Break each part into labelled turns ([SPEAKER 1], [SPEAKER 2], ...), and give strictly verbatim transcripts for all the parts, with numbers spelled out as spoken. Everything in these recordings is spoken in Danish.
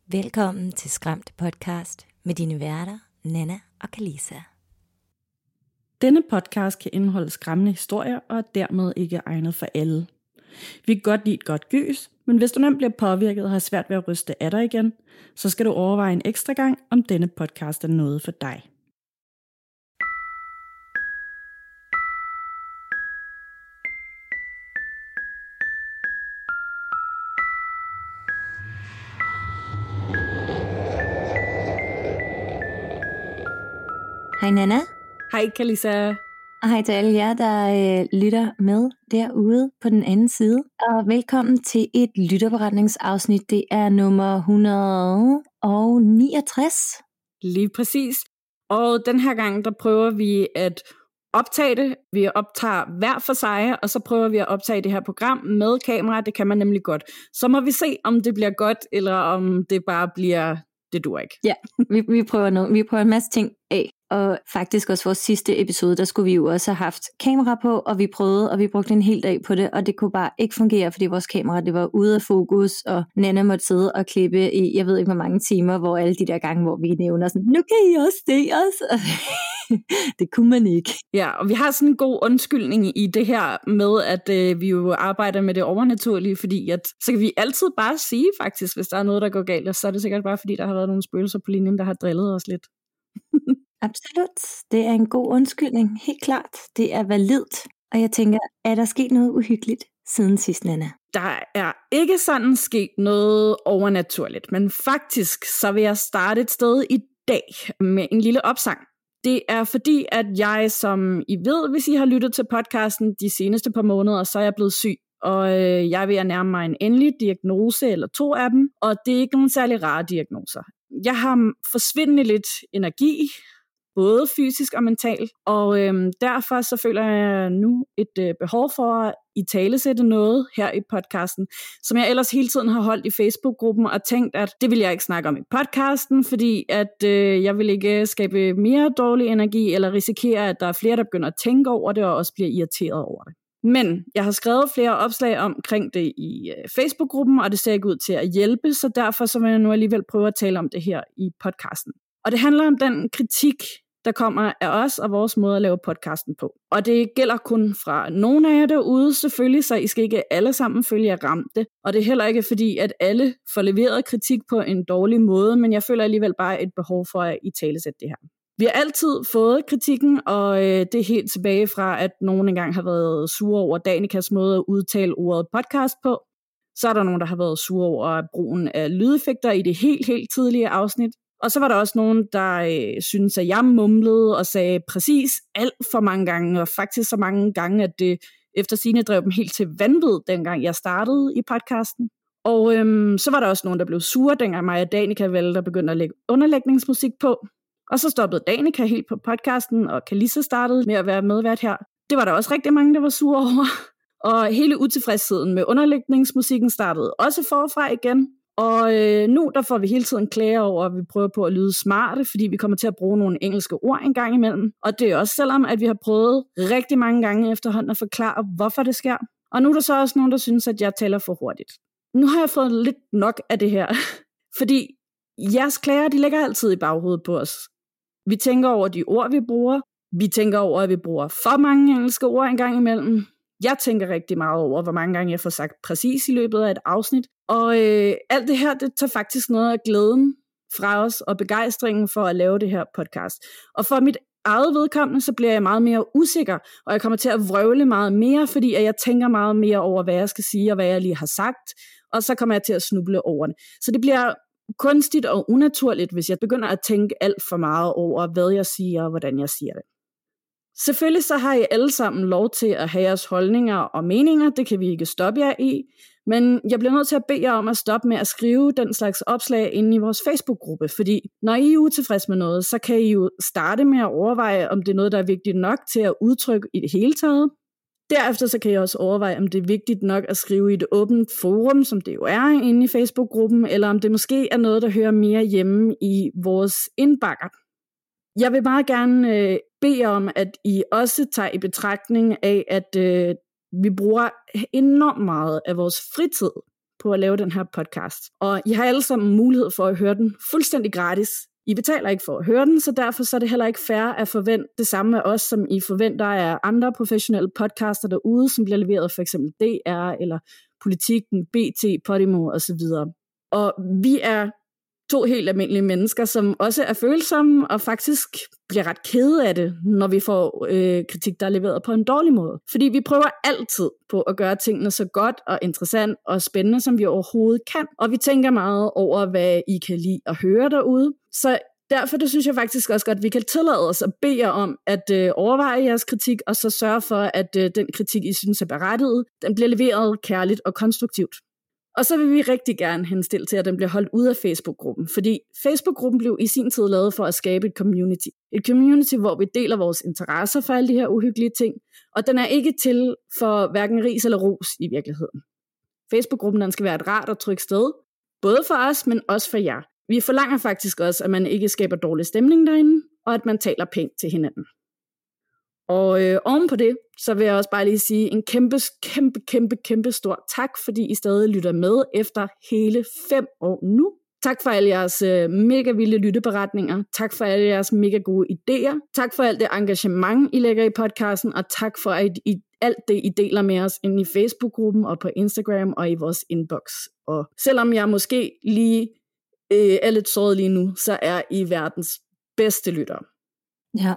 [SPEAKER 1] Velkommen til Skræmt Podcast med dine værter, Nana og Kalisa.
[SPEAKER 2] Denne podcast kan indeholde skræmmende historier og er dermed ikke egnet for alle. Vi kan godt lide et godt gys, men hvis du nemt bliver påvirket og har svært ved at ryste af dig igen, så skal du overveje en ekstra gang, om denne podcast er noget for dig.
[SPEAKER 1] Hej Nana.
[SPEAKER 2] Hej Kalisa.
[SPEAKER 1] Og hej til alle jer, der øh, lytter med derude på den anden side. Og velkommen til et lytterberetningsafsnit. Det er nummer et hundrede og niogtres.
[SPEAKER 2] Lige præcis. Og den her gang, der prøver vi at optage det. Vi optager hver for sig, og så prøver vi at optage det her program med kamera. Det kan man nemlig godt. Så må vi se, om det bliver godt, eller om det bare bliver... Det duer ikke.
[SPEAKER 1] Ja, vi, vi prøver noget. Vi prøver en masse ting af. Og faktisk også vores sidste episode, der skulle vi jo også have haft kamera på, og vi prøvede, og vi brugte en hel dag på det, og det kunne bare ikke fungere, fordi vores kamera, det var ude af fokus, og Nana måtte sidde og klippe i, jeg ved ikke hvor mange timer, hvor alle de der gange, hvor vi nævner sådan, nu kan I også se os. Det kunne man ikke.
[SPEAKER 2] Ja, og vi har sådan en god undskyldning i det her med, at øh, vi jo arbejder med det overnaturlige, fordi at, så kan vi altid bare sige faktisk, hvis der er noget, der går galt, så er det sikkert bare, fordi der har været nogle spøgelser på linjen, der har drillet os lidt.
[SPEAKER 1] Absolut. Det er en god undskyldning. Helt klart. Det er validt. Og jeg tænker, er der sket noget uhyggeligt siden sidst, Nana?
[SPEAKER 2] Der er ikke sådan sket noget overnaturligt, men faktisk så vil jeg starte et sted i dag med en lille opsang. Det er fordi, at jeg, som I ved, hvis I har lyttet til podcasten de seneste par måneder, så er jeg blevet syg. Og øh, jeg er ved at nærme mig en endelig diagnose, eller to af dem, og det er ikke nogen særlig rare diagnoser. Jeg har forsvindende lidt energi, både fysisk og mentalt, og øhm, derfor så føler jeg nu et øh, behov for at italesætte noget her i podcasten, som jeg ellers hele tiden har holdt i Facebook-gruppen og tænkt, at det vil jeg ikke snakke om i podcasten, fordi at øh, jeg vil ikke skabe mere dårlig energi, eller risikere, at der er flere, der begynder at tænke over det, og også bliver irriteret over det. Men jeg har skrevet flere opslag omkring det i øh, Facebook-gruppen, og det ser ikke ud til at hjælpe, så derfor så vil jeg nu alligevel prøve at tale om det her i podcasten. Og det handler om den kritik, der kommer af os og vores måde at lave podcasten på. Og det gælder kun fra nogle af jer derude selvfølgelig, så I skal ikke alle sammen følge jer ramte. Og det er heller ikke fordi, at alle får leveret kritik på en dårlig måde, men jeg føler alligevel bare et behov for at italesætte det her. Vi har altid fået kritikken, og øh, det er helt tilbage fra, at nogen engang har været sure over Danikas måde at udtale ordet podcast på. Så er der nogen, der har været sure over brugen af lydeffekter i det helt, helt tidlige afsnit. Og så var der også nogen, der øh, syntes, at jeg mumlede og sagde præcis alt for mange gange, og faktisk så mange gange, at det efter sigende drev dem helt til vanvid, dengang jeg startede i podcasten. Og øhm, så var der også nogen, der blev sure, dengang mig og Danika valgte at begynde at lægge underlægningsmusik på. Og så stoppede Danika helt på podcasten, og Kalisa startede med at være medvært her. Det var der også rigtig mange, der var sure over. Og hele utilfredsheden med underlægningsmusikken startede også forfra igen. Og øh, nu der får vi hele tiden klager over, at vi prøver på at lyde smarte, fordi vi kommer til at bruge nogle engelske ord en gang imellem. Og det er også selvom, at vi har prøvet rigtig mange gange efterhånden at forklare, hvorfor det sker. Og nu er der så også nogen, der synes, at jeg taler for hurtigt. Nu har jeg fået lidt nok af det her, fordi jeres klager, de ligger altid i baghovedet på os. Vi tænker over de ord, vi bruger. Vi tænker over, at vi bruger for mange engelske ord en gang imellem. Jeg tænker rigtig meget over, hvor mange gange jeg får sagt præcis i løbet af et afsnit. Og øh, alt det her, det tager faktisk noget af glæden fra os, og begejstringen for at lave det her podcast. Og for mit eget vedkommende, så bliver jeg meget mere usikker, og jeg kommer til at vrøvle meget mere, fordi jeg tænker meget mere over, hvad jeg skal sige, og hvad jeg lige har sagt. Og så kommer jeg til at snuble over det. Så det bliver kunstigt og unaturligt, hvis jeg begynder at tænke alt for meget over, hvad jeg siger, og hvordan jeg siger det. Selvfølgelig så har I alle sammen lov til at have jeres holdninger og meninger, det kan vi ikke stoppe jer i, men jeg bliver nødt til at bede jer om at stoppe med at skrive den slags opslag inde i vores Facebook-gruppe, fordi når I er utilfredse med noget, så kan I jo starte med at overveje, om det er noget, der er vigtigt nok til at udtrykke i det hele taget. Derefter så kan I også overveje, om det er vigtigt nok at skrive i et åbent forum, som det jo er inde i Facebook-gruppen, eller om det måske er noget, der hører mere hjemme i vores indbakker. Jeg vil meget gerne øh, bede om, at I også tager i betragtning af, at øh, vi bruger enormt meget af vores fritid på at lave den her podcast. Og I har alle sammen mulighed for at høre den fuldstændig gratis. I betaler ikke for at høre den, så derfor så er det heller ikke fair at forvente det samme af os, som I forventer af andre professionelle podcaster derude, som bliver leveret for eksempel D R eller Politikken, B T, Podimo osv. Og vi er to helt almindelige mennesker, som også er følsomme og faktisk bliver ret kede af det, når vi får øh, kritik, der er leveret på en dårlig måde. Fordi vi prøver altid på at gøre tingene så godt og interessant og spændende, som vi overhovedet kan. Og vi tænker meget over, hvad I kan lide at høre derude. Så derfor det synes jeg faktisk også godt, at vi kan tillade os at bede jer om at øh, overveje jeres kritik, og så sørge for, at øh, den kritik, I synes er berettiget, den bliver leveret kærligt og konstruktivt. Og så vil vi rigtig gerne henstille til, at den bliver holdt ude af Facebook-gruppen, fordi Facebook-gruppen blev i sin tid lavet for at skabe et community. Et community, hvor vi deler vores interesser for alle de her uhyggelige ting, og den er ikke til for hverken ris eller ros i virkeligheden. Facebook-gruppen den skal være et rart og trygt sted, både for os, men også for jer. Vi forlanger faktisk også, at man ikke skaber dårlig stemning derinde, og at man taler pænt til hinanden. Og øh, oven på det, så vil jeg også bare lige sige en kæmpe, kæmpe, kæmpe, kæmpe stor tak, fordi I stadig lytter med efter hele fem år nu. Tak for alle jeres øh, mega vilde lytteberetninger. Tak for alle jeres mega gode idéer. Tak for alt det engagement, I lægger i podcasten, og tak for at I, alt det, I deler med os inde i Facebook-gruppen og på Instagram og i vores inbox. Og selvom jeg måske lige øh, er lidt såret lige nu, så er I verdens bedste lyttere.
[SPEAKER 1] Ja.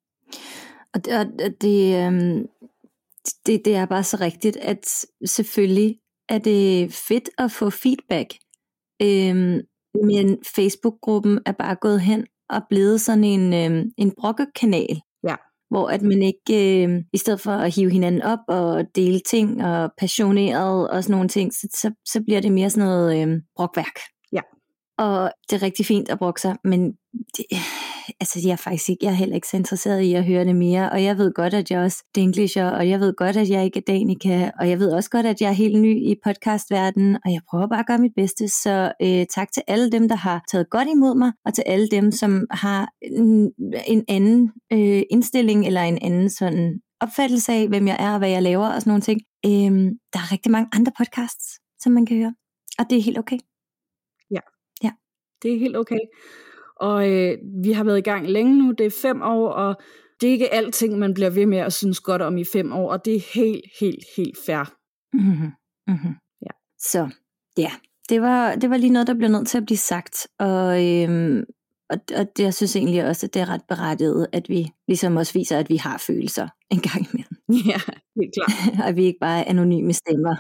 [SPEAKER 1] Og det, og det, øhm, det, det er bare så rigtigt, at selvfølgelig er det fedt at få feedback, øhm, men Facebook-gruppen er bare gået hen og blevet sådan en, øhm, en brokkekanal,
[SPEAKER 2] ja.
[SPEAKER 1] Hvor at man ikke, øhm, i stedet for at hive hinanden op og dele ting og passioneret og sådan nogle ting, så, så, så bliver det mere sådan noget øhm, brokværk.
[SPEAKER 2] Ja.
[SPEAKER 1] Og det er rigtig fint at brokke sig, men det, altså jeg er faktisk ikke, jeg er heller ikke så interesseret i at høre det mere, og jeg ved godt, at jeg også denglisher, og jeg ved godt, at jeg ikke er Danica, og jeg ved også godt, at jeg er helt ny i podcastverdenen, og jeg prøver bare at gøre mit bedste, så øh, tak til alle dem, der har taget godt imod mig, og til alle dem, som har en, en anden øh, indstilling, eller en anden sådan opfattelse af, hvem jeg er, og hvad jeg laver, og sådan nogle ting. Øh, der er rigtig mange andre podcasts, som man kan høre, og det er helt okay.
[SPEAKER 2] Ja.
[SPEAKER 1] Ja.
[SPEAKER 2] Det er helt okay. Og øh, vi har været i gang længe nu, det er fem år, og det er ikke alting, man bliver ved med at synes godt om i fem år, og det er helt, helt, helt fair.
[SPEAKER 1] Mm-hmm. Mm-hmm.
[SPEAKER 2] Ja.
[SPEAKER 1] Så ja, det var, det var lige noget, der blev nødt til at blive sagt, og, øhm, og, og det, jeg synes egentlig også, at det er ret berettiget, at vi ligesom også viser, at vi har følelser en gang imellem.
[SPEAKER 2] Ja, det er klart.
[SPEAKER 1] Og at vi ikke bare er anonyme stemmer.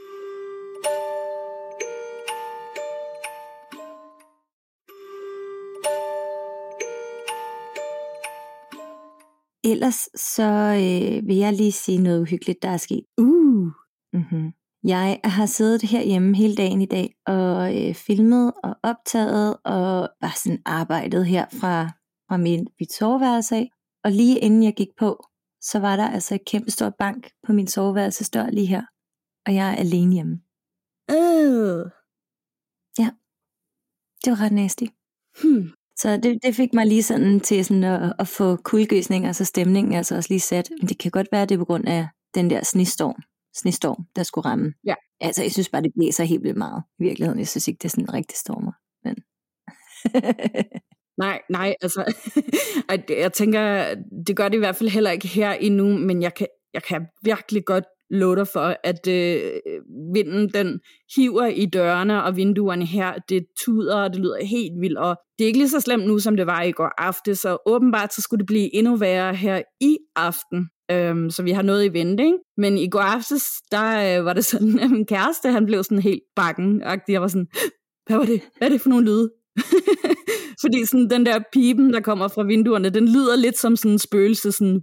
[SPEAKER 1] Ellers så øh, vil jeg lige sige noget uhyggeligt, der er sket.
[SPEAKER 2] Uh.
[SPEAKER 1] Mm-hmm. Jeg har siddet herhjemme hele dagen i dag og øh, filmet og optaget og bare sådan arbejdet her fra, fra min, mit soveværelse af. Og lige inden jeg gik på, så var der altså et kæmpe stort bank på min soveværelsesdør lige her. Og jeg er alene hjemme.
[SPEAKER 2] Uh.
[SPEAKER 1] Ja, det var ret nasty.
[SPEAKER 2] Hmm.
[SPEAKER 1] Så det, det fik mig lige sådan til sådan at, at få kuldegysninger, så stemningen altså også lige sat. Men det kan godt være, at det er på grund af den der snestorm, snestorm der skulle ramme.
[SPEAKER 2] Ja.
[SPEAKER 1] Altså, jeg synes bare, det blæser helt vildt meget i virkeligheden. Jeg synes ikke, det er sådan en rigtig stormer. Men...
[SPEAKER 2] nej, nej, altså, jeg tænker, det gør det i hvert fald heller ikke her endnu, men jeg kan, jeg kan virkelig godt love dig for, at øh, vinden den hiver i dørene, og vinduerne her, det tuder, og det lyder helt vildt, og det er ikke lige så slemt nu, som det var i går aftes, så åbenbart så skulle det blive endnu værre her i aften, øhm, så vi har noget i vente, ikke? Men i går aftes, der øh, var det sådan, at min kæreste, han blev sådan helt bakken-agtig, jeg var sådan, hvad var det? Hvad er det for nogle lyde? Fordi sådan den der pipen, der kommer fra vinduerne, den lyder lidt som sådan en spøgelse, sådan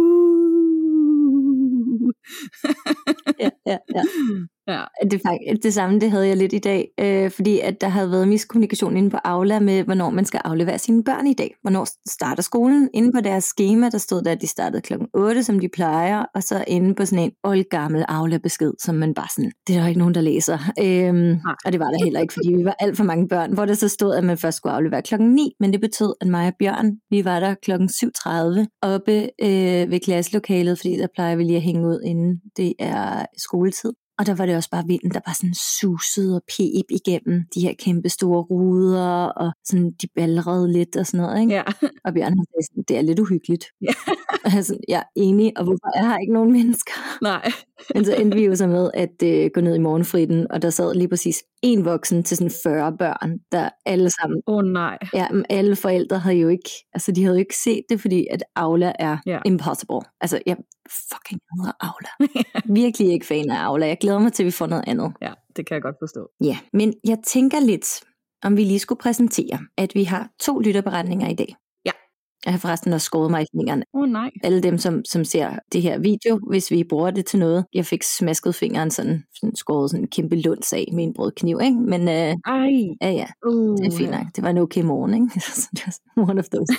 [SPEAKER 1] ja, ja, ja.
[SPEAKER 2] Ja.
[SPEAKER 1] Det, er faktisk, det samme det havde jeg lidt i dag, øh, fordi at der havde været miskommunikation inde på Aula med, hvornår man skal aflevere sine børn i dag. Hvornår starter skolen? Inde på deres schema, der stod der, at de startede klokken otte, som de plejer, og så inde på sådan en oldgammel Aula-besked, som man bare sådan, det er der ikke nogen, der læser. Øhm, og det var der heller ikke, fordi vi var alt for mange børn, hvor der så stod, at man først skulle aflevere klokken ni, men det betød, at mig og Bjørn, vi var der klokken syv tredive oppe øh, ved klasselokalet, fordi der plejer vi lige at hænge ud, inden det er skoletid. og der var det også bare vinden, der bare sådan susede og pep igennem de her kæmpe store ruder, og sådan de balrede lidt og sådan noget, ikke?
[SPEAKER 2] Ja.
[SPEAKER 1] Og Bjørn han sagde sådan, det er lidt uhyggeligt.
[SPEAKER 2] Ja.
[SPEAKER 1] Altså, jeg er enig, og hvorfor er her ikke nogen mennesker?
[SPEAKER 2] Nej.
[SPEAKER 1] Men så endte vi jo så med at øh, gå ned i morgenfritten, og der sad lige præcis en voksen til sådan fyrre børn, der alle sammen...
[SPEAKER 2] Åh oh, nej.
[SPEAKER 1] Ja, men alle forældre havde jo ikke, altså de havde jo ikke set det, fordi at Aula er
[SPEAKER 2] ja.
[SPEAKER 1] impossible. Altså, jeg fucking hedder Aula. Virkelig ikke fan af Aula. Jeg glæder mig til, at vi får noget andet.
[SPEAKER 2] Ja, det kan jeg godt forstå.
[SPEAKER 1] Ja, men jeg tænker lidt, om vi lige skulle præsentere, at vi har to lytterberetninger i dag.
[SPEAKER 2] Ja.
[SPEAKER 1] Jeg har forresten også skåret mig i fingrene.
[SPEAKER 2] Åh oh, nej.
[SPEAKER 1] Alle dem, som, som ser det her video, hvis vi bruger det til noget. Jeg fik smasket fingeren sådan, sådan skåret sådan en kæmpe lunds af med en brødkniv, ikke? Men øh,
[SPEAKER 2] Ej.
[SPEAKER 1] ja, ja,
[SPEAKER 2] uh,
[SPEAKER 1] det er fint nok. Det var en okay morgen, ikke? Så det var one of those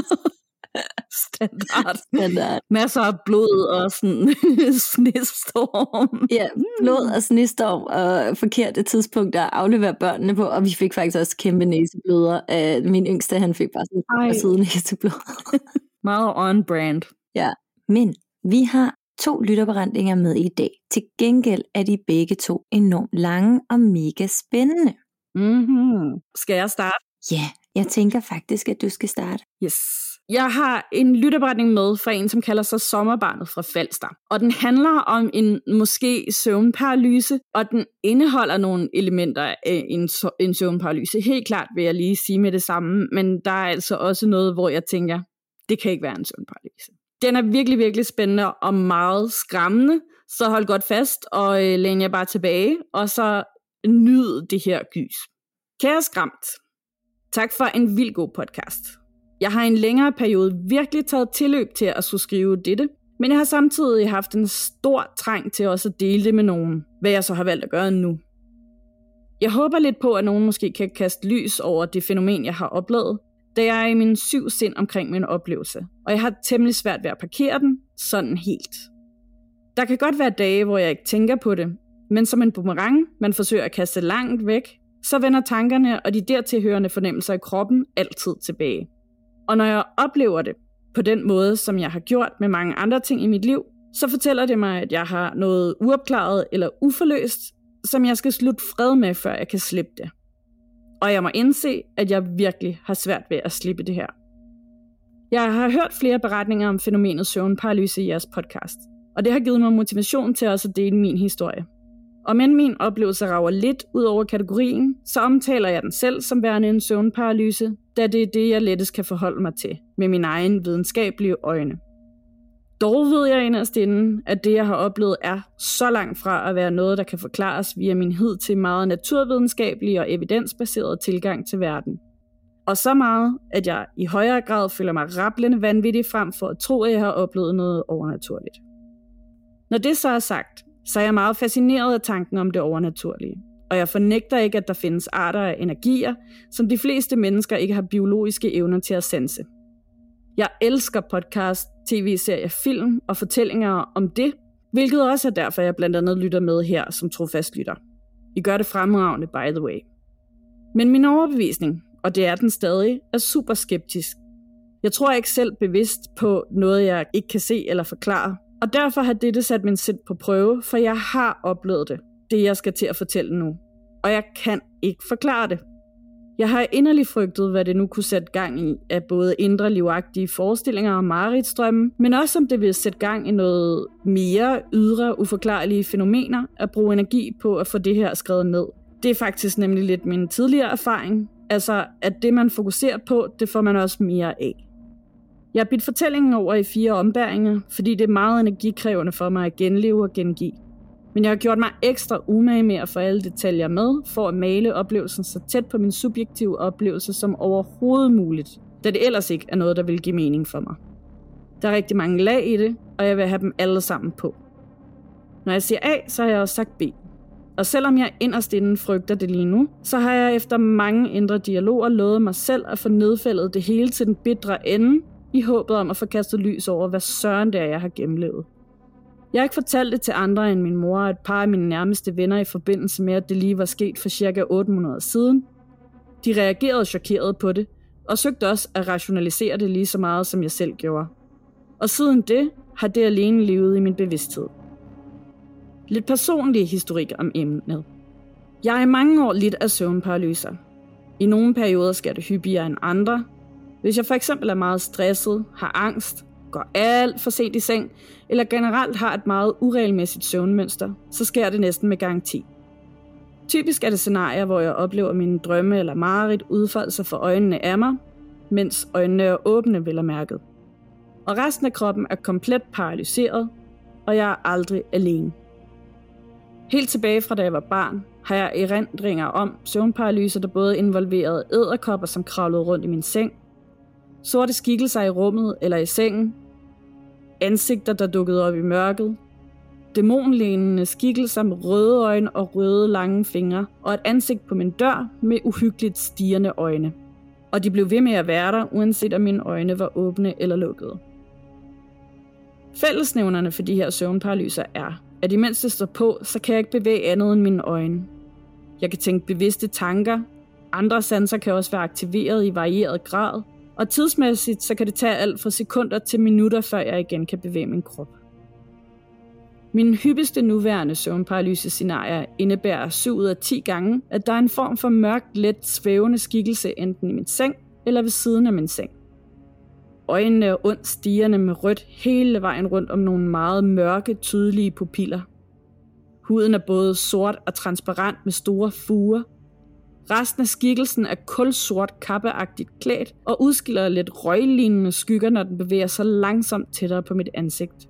[SPEAKER 2] Standard.
[SPEAKER 1] Standard.
[SPEAKER 2] Masser af blod og sådan snestorm.
[SPEAKER 1] Ja, blod og snestorm og forkerte tidspunkter at aflevere børnene på, og vi fik faktisk også kæmpe næsebløder. Uh, min yngste, han fik bare sådan en side næsebløder.
[SPEAKER 2] Meget on brand.
[SPEAKER 1] Ja, men vi har to lytterberetninger med i dag. Til gengæld er de begge to enormt lange og mega spændende.
[SPEAKER 2] Mm-hmm. Skal jeg starte?
[SPEAKER 1] Ja, jeg tænker faktisk, at du skal starte.
[SPEAKER 2] Yes. Jeg har en lytterberetning med fra en, som kalder sig Sommerbarnet fra Falster. Og den handler om en måske søvnparalyse, og den indeholder nogle elementer af en, en søvnparalyse. Helt klart vil jeg lige sige med det samme, men der er altså også noget, hvor jeg tænker, det kan ikke være en søvnparalyse. Den er virkelig, virkelig spændende og meget skræmmende, så hold godt fast og øh, læn jer bare tilbage, og så nyd det her gys. Kære skræmt, tak for en vild god podcast. Jeg har i en længere periode virkelig taget tilløb til at skulle skrive dette, men jeg har samtidig haft en stor trang til også at dele det med nogen, hvad jeg så har valgt at gøre nu. Jeg håber lidt på, at nogen måske kan kaste lys over det fænomen, jeg har oplevet, da jeg er i min syv sind omkring min oplevelse, og jeg har temmelig svært ved at parkere den sådan helt. Der kan godt være dage, hvor jeg ikke tænker på det, men som en boomerang, man forsøger at kaste langt væk, så vender tankerne og de dertilhørende fornemmelser i kroppen altid tilbage. Og når jeg oplever det på den måde, som jeg har gjort med mange andre ting i mit liv, så fortæller det mig, at jeg har noget uopklaret eller uforløst, som jeg skal slutte fred med, før jeg kan slippe det. Og jeg må indse, at jeg virkelig har svært ved at slippe det her. Jeg har hørt flere beretninger om fænomenet søvnparalyse i jeres podcast, og det har givet mig motivation til også at dele min historie. Og men min oplevelse rager lidt ud over kategorien, så omtaler jeg den selv som værende en søvnparalyse, da det er det, jeg lettest kan forholde mig til, med mine egne videnskabelige øjne. Dog ved jeg inderst inden, at det, jeg har oplevet, er så langt fra at være noget, der kan forklares via min hidtil meget naturvidenskabelige og evidensbaserede tilgang til verden. Og så meget, at jeg i højere grad føler mig rablende vanvittig frem for at tro, at jeg har oplevet noget overnaturligt. Når det så er sagt, så er jeg meget fascineret af tanken om det overnaturlige. Og jeg fornægter ikke, at der findes arter af energier, som de fleste mennesker ikke har biologiske evner til at sanse. Jeg elsker podcast, tv-serier, film og fortællinger om det, hvilket også er derfor, jeg blandt andet lytter med her som trofast lytter. I gør det fremragende, by the way. Men min overbevisning, og det er den stadig, er super skeptisk. Jeg tror ikke selv bevidst på noget, jeg ikke kan se eller forklare, og derfor har dette sat min sind på prøve, for jeg har oplevet det, det jeg skal til at fortælle nu. Og jeg kan ikke forklare det. Jeg har inderligt frygtet, hvad det nu kunne sætte gang i af både indre livagtige forestillinger og mareridtsdrømme, men også om det vil sætte gang i noget mere ydre, uforklarlige fænomener at bruge energi på at få det her skrevet ned. Det er faktisk nemlig lidt min tidligere erfaring, altså at det man fokuserer på, det får man også mere af. Jeg har bidt fortællingen over i fire ombæringer, fordi det er meget energikrævende for mig at genleve og gengive. Men jeg har gjort mig ekstra umage med at få alle detaljer med, for at male oplevelsen så tæt på min subjektive oplevelse som overhovedet muligt, da det ellers ikke er noget, der vil give mening for mig. Der er rigtig mange lag i det, og jeg vil have dem alle sammen på. Når jeg siger A, så har jeg også sagt B. Og selvom jeg inderst inden frygter det lige nu, så har jeg efter mange indre dialoger lovet mig selv at få nedfældet det hele til den bitre ende, i håbet om at få kastet lys over, hvad søren det er, jeg har gennemlevet. Jeg har ikke fortalt det til andre end min mor og et par af mine nærmeste venner i forbindelse med, at det lige var sket for cirka otte måneder siden. De reagerede chokeret på det, og søgte også at rationalisere det lige så meget, som jeg selv gjorde. Og siden det har det alene levet i min bevidsthed. Lidt personlig historik om emnet. Jeg har i mange år lidt af søvnparalyser. I nogle perioder sker det hyppigere end andre. Hvis jeg for eksempel er meget stresset, har angst, går alt for sent i seng, eller generelt har et meget uregelmæssigt søvnmønster, så sker det næsten med garanti. Typisk er det scenarier, hvor jeg oplever mine drømme eller mareridt udfolde sig for øjnene af mig, mens øjnene er åbne, vel og mærket. Og resten af kroppen er komplet paralyseret, og jeg er aldrig alene. Helt tilbage fra da jeg var barn, har jeg erindringer om søvnparalyser, der både involverede edderkopper, som kravlede rundt i min seng, sorte skikkelser i rummet eller i sengen, ansigter, der dukkede op i mørket, dæmonlignende skikkelser med røde øjne og røde lange fingre, og et ansigt på min dør med uhyggeligt stirrende øjne. Og de blev ved med at være der, uanset om mine øjne var åbne eller lukkede. Fællesnævnerne for de her søvnparalyser er, at imens det står på, så kan jeg ikke bevæge andet end mine øjne. Jeg kan tænke bevidste tanker, andre sanser kan også være aktiveret i varieret grad, og tidsmæssigt så kan det tage alt fra sekunder til minutter, før jeg igen kan bevæge min krop. Mine hyppigste nuværende søvnparalysescenarier indebærer syv ud af ti gange, at der er en form for mørkt, let svævende skikkelse enten i min seng eller ved siden af min seng. Øjnene er ondt stirrende med rødt hele vejen rundt om nogle meget mørke, tydelige pupiller. Huden er både sort og transparent med store fuger. Resten af skikkelsen er kulsort kappeagtigt klædt og udskiller lidt røglignende skygger, når den bevæger sig langsomt tættere på mit ansigt.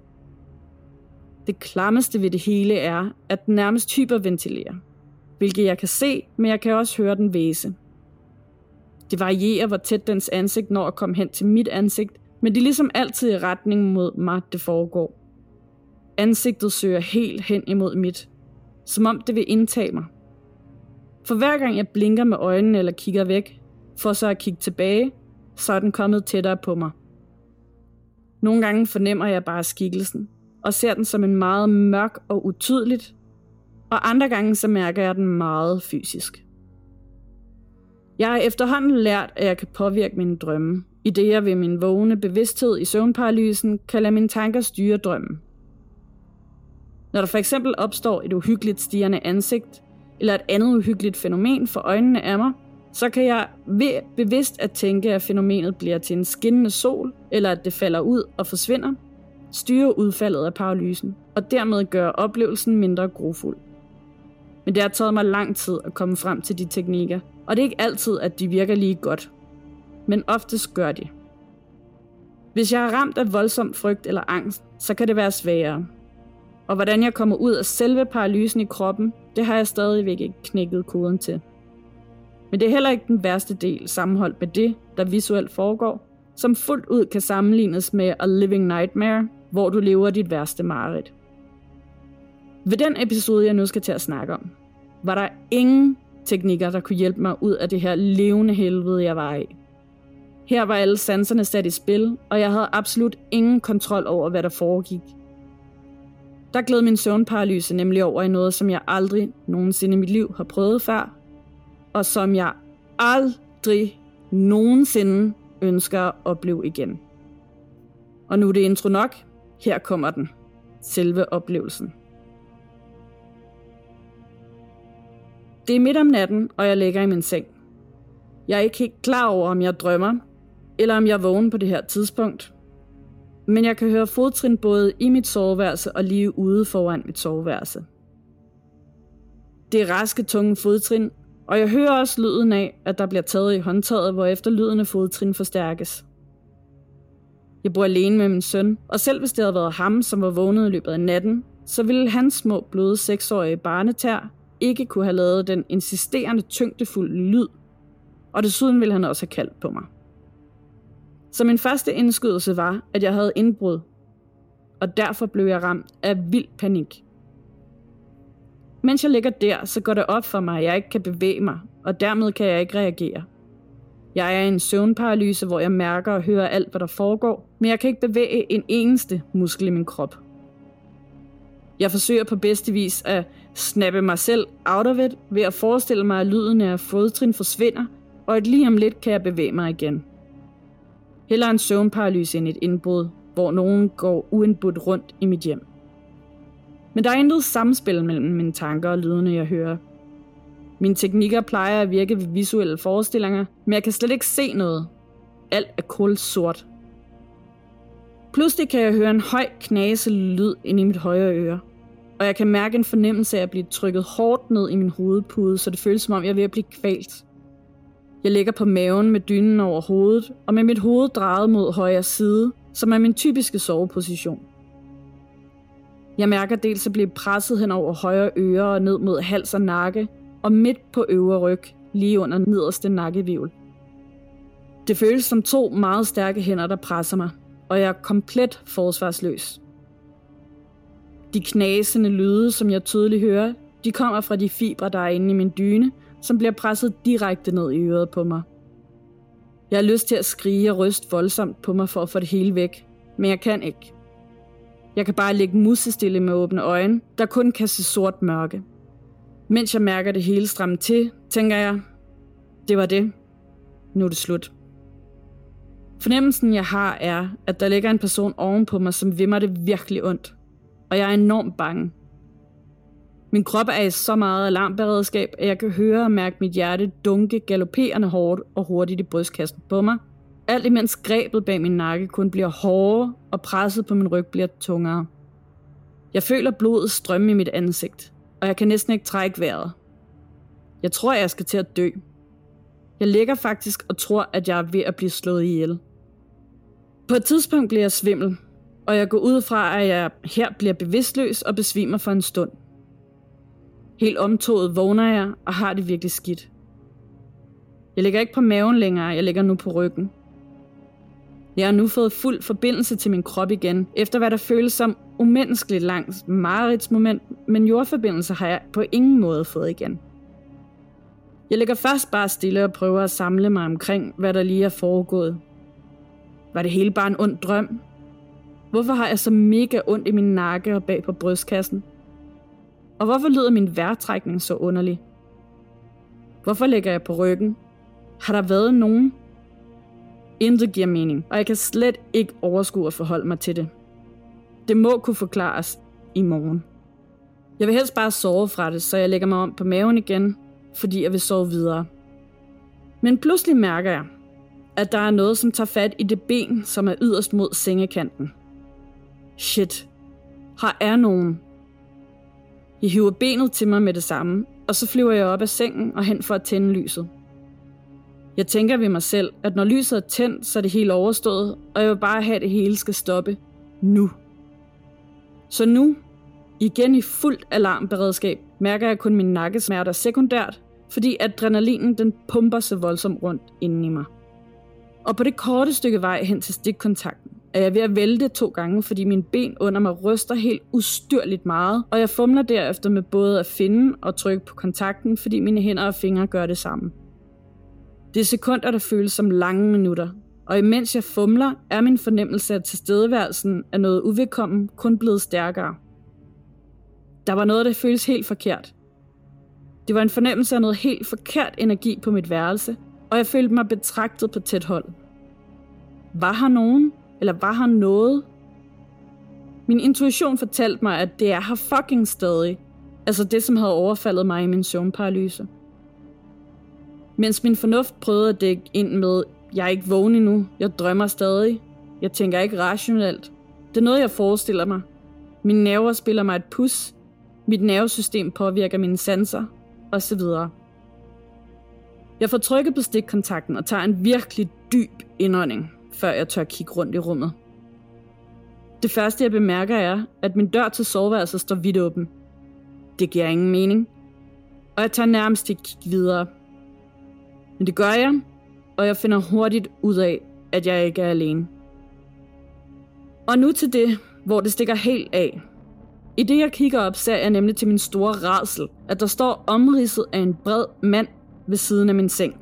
[SPEAKER 2] Det klammeste ved det hele er, at den nærmest hyperventilerer, hvilket jeg kan se, men jeg kan også høre den hvæse. Det varierer, hvor tæt dens ansigt når at komme hen til mit ansigt, men det er ligesom altid i retning mod mig, det foregår. Ansigtet søger helt hen imod mit, som om det vil indtage mig. For hver gang jeg blinker med øjnene eller kigger væk, for så at kigge tilbage, så er den kommet tættere på mig. Nogle gange fornemmer jeg bare skikkelsen, og ser den som en meget mørk og utydeligt, og andre gange så mærker jeg den meget fysisk. Jeg har efterhånden lært, at jeg kan påvirke mine drømme, i det jeg ved min vågne bevidsthed i søvnparalysen kan lade mine tanker styre drømmen. Når der for eksempel opstår et uhyggeligt stirrende ansigt, eller et andet uhyggeligt fænomen for øjnene af mig, så kan jeg ved bevidst at tænke, at fænomenet bliver til en skinnende sol, eller at det falder ud og forsvinder, styre udfaldet af paralysen, og dermed gøre oplevelsen mindre grufuld. Men det har taget mig lang tid at komme frem til de teknikker, og det er ikke altid, at de virker lige godt. Men oftest gør de. Hvis jeg er ramt af voldsom frygt eller angst, så kan det være sværere. Og hvordan jeg kommer ud af selve paralysen i kroppen, det har jeg stadigvæk ikke knækket koden til. Men det er heller ikke den værste del sammenholdt med det, der visuelt foregår, som fuldt ud kan sammenlignes med A Living Nightmare, hvor du lever dit værste mareridt. Ved den episode, jeg nu skal til at snakke om, var der ingen teknikker, der kunne hjælpe mig ud af det her levende helvede, jeg var i. Her var alle sanserne sat i spil, og jeg havde absolut ingen kontrol over, hvad der foregik. Der gled min søvnparalyse nemlig over i noget, som jeg aldrig nogensinde i mit liv har prøvet før, og som jeg aldrig nogensinde ønsker at opleve igen. Og nu er det intro nok. Her kommer den. Selve oplevelsen. Det er midt om natten, og jeg ligger i min seng. Jeg er ikke helt klar over, om jeg drømmer, eller om jeg er vågen på det her tidspunkt. Men jeg kan høre fodtrin både i mit soveværelse og lige ude foran mit soveværelse. Det er raske, tunge fodtrin, og jeg hører også lyden af, at der bliver taget i håndtaget, hvorefter lyden af fodtrin forstærkes. Jeg bor alene med min søn, og selv hvis det havde været ham, som var vågnet i løbet af natten, så ville hans små bløde seksårige barnetær ikke kunne have lavet den insisterende tyngdefulde lyd, og desuden ville han også have kaldt på mig. Så min første indskydelse var, at jeg havde indbrud, og derfor blev jeg ramt af vild panik. Mens jeg ligger der, så går det op for mig, at jeg ikke kan bevæge mig, og dermed kan jeg ikke reagere. Jeg er i en søvnparalyse, hvor jeg mærker og hører alt, hvad der foregår, men jeg kan ikke bevæge en eneste muskel i min krop. Jeg forsøger på bedste vis at snappe mig selv out of it, ved at forestille mig, at lyden af fodtrin forsvinder, og at lige om lidt kan jeg bevæge mig igen. Hellere en søvnparalyse end et indbrud, hvor nogen går uindbudt rundt i mit hjem. Men der er intet samspil mellem mine tanker og lydene, jeg hører. Mine teknikker plejer at virke ved visuelle forestillinger, men jeg kan slet ikke se noget. Alt er kulsort. Pludselig kan jeg høre en høj knasende lyd ind i mit højre øre, og jeg kan mærke en fornemmelse af at blive trykket hårdt ned i min hovedpude, så det føles som om jeg er ved at blive kvalt. Jeg ligger på maven med dynen over hovedet, og med mit hoved drejet mod højre side, som er min typiske soveposition. Jeg mærker dels at blive presset hen over højre øre og ned mod hals og nakke, og midt på øvre ryg, lige under nederste nakkehvirvel. Det føles som to meget stærke hænder, der presser mig, og jeg er komplet forsvarsløs. De knasende lyde, som jeg tydeligt hører, de kommer fra de fibre, der er inde i min dyne, som bliver presset direkte ned i øret på mig. Jeg har lyst til at skrige og ryste voldsomt på mig for at få det hele væk, men jeg kan ikke. Jeg kan bare ligge musestille med åbne øjne, der kun kan se sort mørke. Mens jeg mærker det hele stramme til, tænker jeg, det var det. Nu er det slut. Fornemmelsen, jeg har, er, at der ligger en person ovenpå mig, som vil mig det virkelig ondt. Og jeg er enormt bange. Min krop er i så meget alarmberedskab, at jeg kan høre og mærke mit hjerte dunke galopperende hårdt og hurtigt i brystkassen på mig. Alt imens grebet bag min nakke kun bliver hårdere, og presset på min ryg bliver tungere. Jeg føler blodet strømme i mit ansigt, og jeg kan næsten ikke trække vejret. Jeg tror, jeg skal til at dø. Jeg ligger faktisk og tror, at jeg er ved at blive slået ihjel. På et tidspunkt bliver jeg svimmel, og jeg går ud fra, at jeg her bliver bevidstløs og besvimer for en stund. Helt omtoget vågner jeg og har det virkelig skidt. Jeg ligger ikke på maven længere, jeg ligger nu på ryggen. Jeg har nu fået fuld forbindelse til min krop igen, efter hvad der føles som umenneskeligt langt mareridtsmoment, men jordforbindelse har jeg på ingen måde fået igen. Jeg ligger først bare stille og prøver at samle mig omkring, hvad der lige er foregået. Var det hele bare en ond drøm? Hvorfor har jeg så mega ondt i min nakke og bag på brystkassen? Og hvorfor lyder min vejrtrækning så underlig? Hvorfor ligger jeg på ryggen? Har der været nogen? Intet giver mening, og jeg kan slet ikke overskue at forholde mig til det. Det må kunne forklares i morgen. Jeg vil helst bare sove fra det, så jeg lægger mig om på maven igen, fordi jeg vil sove videre. Men pludselig mærker jeg, at der er noget, som tager fat i det ben, som er yderst mod sengekanten. Shit. Her er nogen. Jeg hiver benet til mig med det samme, og så flyver jeg op af sengen og hen for at tænde lyset. Jeg tænker ved mig selv, at når lyset er tændt, så er det helt overstået, og jeg vil bare have, at det hele skal stoppe nu. Så nu, igen i fuldt alarmberedskab, mærker jeg kun min nakkesmerter sekundært, fordi adrenalinen den pumper så voldsomt rundt inden i mig. Og på det korte stykke vej hen til stikkontakten, er jeg ved at vælte to gange, fordi mine ben under mig ryster helt ustyrligt meget, og jeg fumler derefter med både at finde og trykke på kontakten, fordi mine hænder og fingre gør det samme. Det er sekunder, der føles som lange minutter, og imens jeg fumler, er min fornemmelse af tilstedeværelsen af noget uvedkommen kun blevet stærkere. Der var noget, der føles helt forkert. Det var en fornemmelse af noget helt forkert energi på mit værelse, og jeg følte mig betragtet på tæt hold. Var her nogen? Eller var her noget? Min intuition fortalte mig, at det er her fucking stadig. Altså det, som havde overfaldet mig i min søvnparalyse. Mens min fornuft prøvede at dække ind med, jeg er ikke vågen endnu, jeg drømmer stadig, jeg tænker ikke rationelt. Det er noget, jeg forestiller mig. Mine nerver spiller mig et pus, mit nervesystem påvirker mine sanser, osv. Jeg får trykket på stikkontakten og tager en virkelig dyb indånding, før jeg tør kigge rundt i rummet. Det første, jeg bemærker, er, at min dør til soveværelset står vidt åben. Det giver ingen mening, og jeg tager nærmest et kig videre. Men det gør jeg, og jeg finder hurtigt ud af, at jeg ikke er alene. Og nu til det, hvor det stikker helt af. I det, jeg kigger op, ser jeg nemlig til min store rædsel, at der står omridset af en bred mand ved siden af min seng.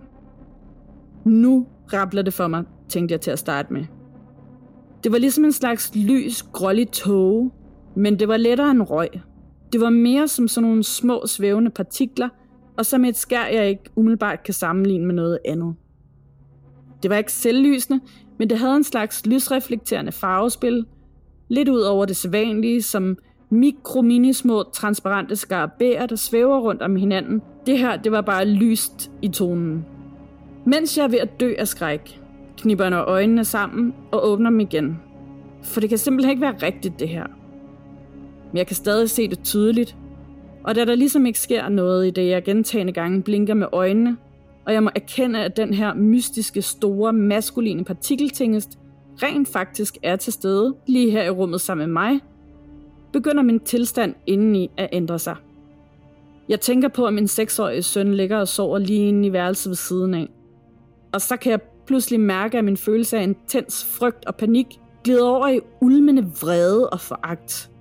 [SPEAKER 2] Nu rabler det for mig, tænkte jeg til at starte med. Det var ligesom en slags lys, grålig tåge, men det var lettere end røg. Det var mere som sådan nogle små svævende partikler, og som et skær, jeg ikke umiddelbart kan sammenligne med noget andet. Det var ikke selvlysende, men det havde en slags lysreflekterende farvespil, lidt ud over det sædvanlige, som mikro-minismå, transparente skarabæer, der svæver rundt om hinanden. Det her, det var bare lyst i tonen. Mens jeg er ved at dø af skræk, knipper jeg øjnene sammen og åbner dem igen. For det kan simpelthen ikke være rigtigt, det her. Men jeg kan stadig se det tydeligt. Og da der ligesom ikke sker noget i det, jeg gentagne gange blinker med øjnene, og jeg må erkende, at den her mystiske, store, maskuline partikeltingest rent faktisk er til stede lige her i rummet sammen med mig, begynder min tilstand indeni at ændre sig. Jeg tænker på, at min seksårige søn ligger og sover lige inde i værelset ved siden af. Og så kan jeg pludselig mærke, at min følelse af intens frygt og panik glider over i ulmende vrede og foragt.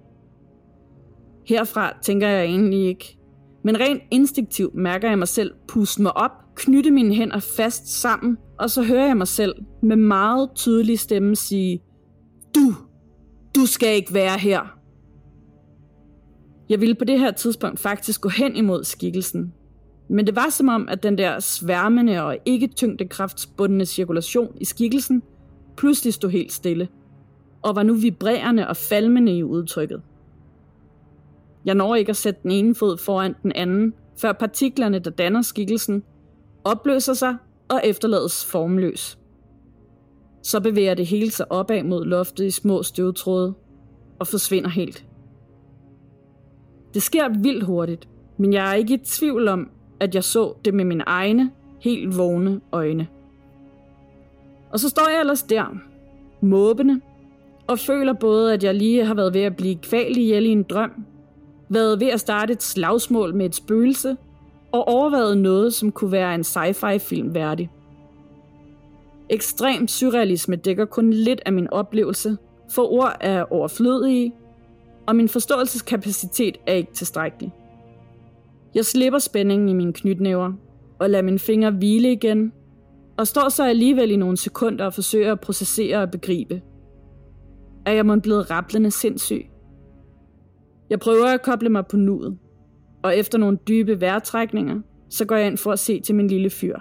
[SPEAKER 2] Herfra tænker jeg egentlig ikke, men rent instinktivt mærker jeg mig selv puste mig op, knytte mine hænder fast sammen, og så hører jeg mig selv med meget tydelig stemme sige, Du, du skal ikke være her. Jeg ville på det her tidspunkt faktisk gå hen imod skikkelsen, men det var som om, at den der sværmende og ikke tyngdekraftsbundne cirkulation i skikkelsen pludselig stod helt stille, og var nu vibrerende og falmende i udtrykket. Jeg når ikke at sætte den ene fod foran den anden, før partiklerne, der danner skikkelsen, opløser sig og efterlades formløs. Så bevæger det hele sig opad mod loftet i små støvtråde og forsvinder helt. Det sker vildt hurtigt, men jeg er ikke i tvivl om, at jeg så det med mine egne, helt vågne øjne. Og så står jeg ellers der, måbende, og føler både, at jeg lige har været ved at blive kvalt ihjel i en drøm, været ved at starte et slagsmål med et spøgelse, og overvejet noget, som kunne være en sci-fi film værdig. Ekstrem surrealisme dækker kun lidt af min oplevelse, for ord er overflødige, og min forståelseskapacitet er ikke tilstrækkelig. Jeg slipper spændingen i mine knytnæver, og lader mine fingre hvile igen, og står så alligevel i nogle sekunder og forsøger at processere og begribe. Er jeg måske blevet rablende sindssyg? Jeg prøver at koble mig på nuet, og efter nogle dybe vejrtrækninger, så går jeg ind for at se til min lille fyr.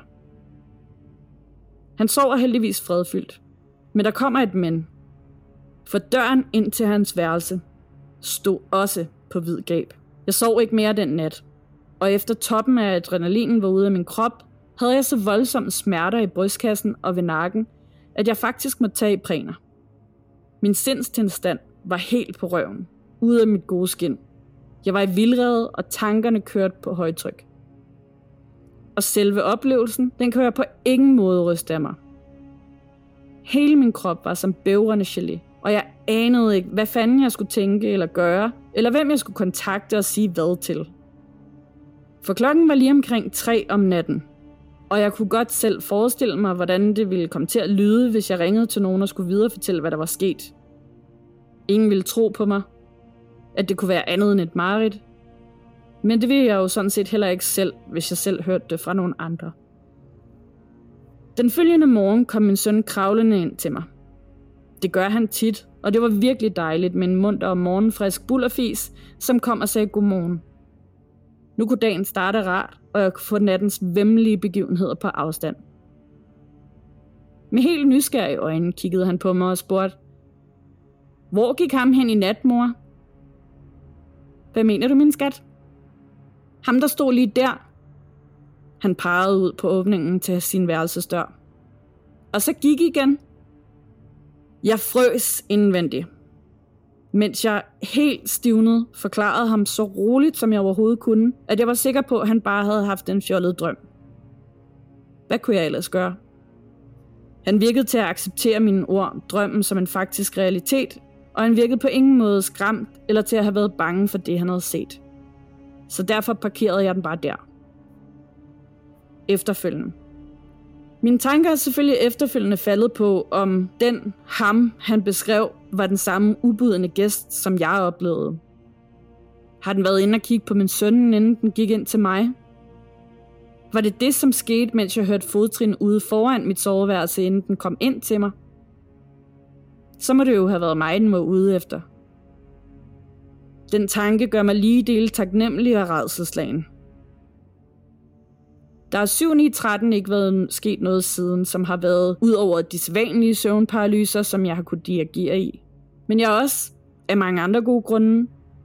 [SPEAKER 2] Han sover heldigvis fredfyldt, men der kommer et men. For døren ind til hans værelse stod også på vid gab. Jeg sov ikke mere den nat, og efter toppen af adrenalinen var ude af min krop, havde jeg så voldsomme smerter i brystkassen og ved nakken, at jeg faktisk måtte tage Ipræner. Min sindstilstand var helt på røven, ude af mit gode skin. Jeg var i vildrede, og tankerne kørte på højtryk. Og selve oplevelsen, den kan jeg på ingen måde ryste af mig. Hele min krop var som bævrende gelé, og jeg anede ikke, hvad fanden jeg skulle tænke eller gøre, eller hvem jeg skulle kontakte og sige hvad til. For klokken var lige omkring tre om natten, og jeg kunne godt selv forestille mig, hvordan det ville komme til at lyde, hvis jeg ringede til nogen og skulle viderefortælle, hvad der var sket. Ingen ville tro på mig, at det kunne være andet end et mareridt. Men det ville jeg jo sådan set heller ikke selv, hvis jeg selv hørte det fra nogen andre. Den følgende morgen kom min søn kravlende ind til mig. Det gør han tit, og det var virkelig dejligt med en munter og morgenfrisk bullerfis, som kom og sagde godmorgen. Nu kunne dagen starte rart, og jeg kunne få nattens væmmelige begivenheder på afstand. Med helt nysgerrige øjne kiggede han på mig og spurgte, hvor gik ham hen i nat, mor? Hvad mener du, min skat? Ham, der stod lige der. Han pegede ud på åbningen til sin værelsesdør. Og så gik igen. Jeg frøs indvendigt, mens jeg helt stivnede forklarede ham så roligt, som jeg overhovedet kunne, at jeg var sikker på, at han bare havde haft en fjollet drøm. Hvad kunne jeg ellers gøre? Han virkede til at acceptere mine ord, drømmen som en faktisk realitet, og han virkede på ingen måde skræmt eller til at have været bange for det, han havde set. Så derfor parkerede jeg den bare der. Efterfølgende. Mine tanker er selvfølgelig efterfølgende faldet på, om den ham, han beskrev, var den samme ubudne gæst, som jeg oplevede. Har den været inde og kigge på min søn, inden den gik ind til mig? Var det det, som skete, mens jeg hørte fodtrin ude foran mit soveværelse, inden den kom ind til mig? Så må det jo have været mig, den var ude efter. Den tanke gør mig lige dele taknemmelig og rædselsslagen. Der er syv ni tretten ikke været sket noget siden, som har været ud over de sædvanlige søvnparalyser, som jeg har kunnet dirigere i. Men jeg har også, af mange andre gode grunde,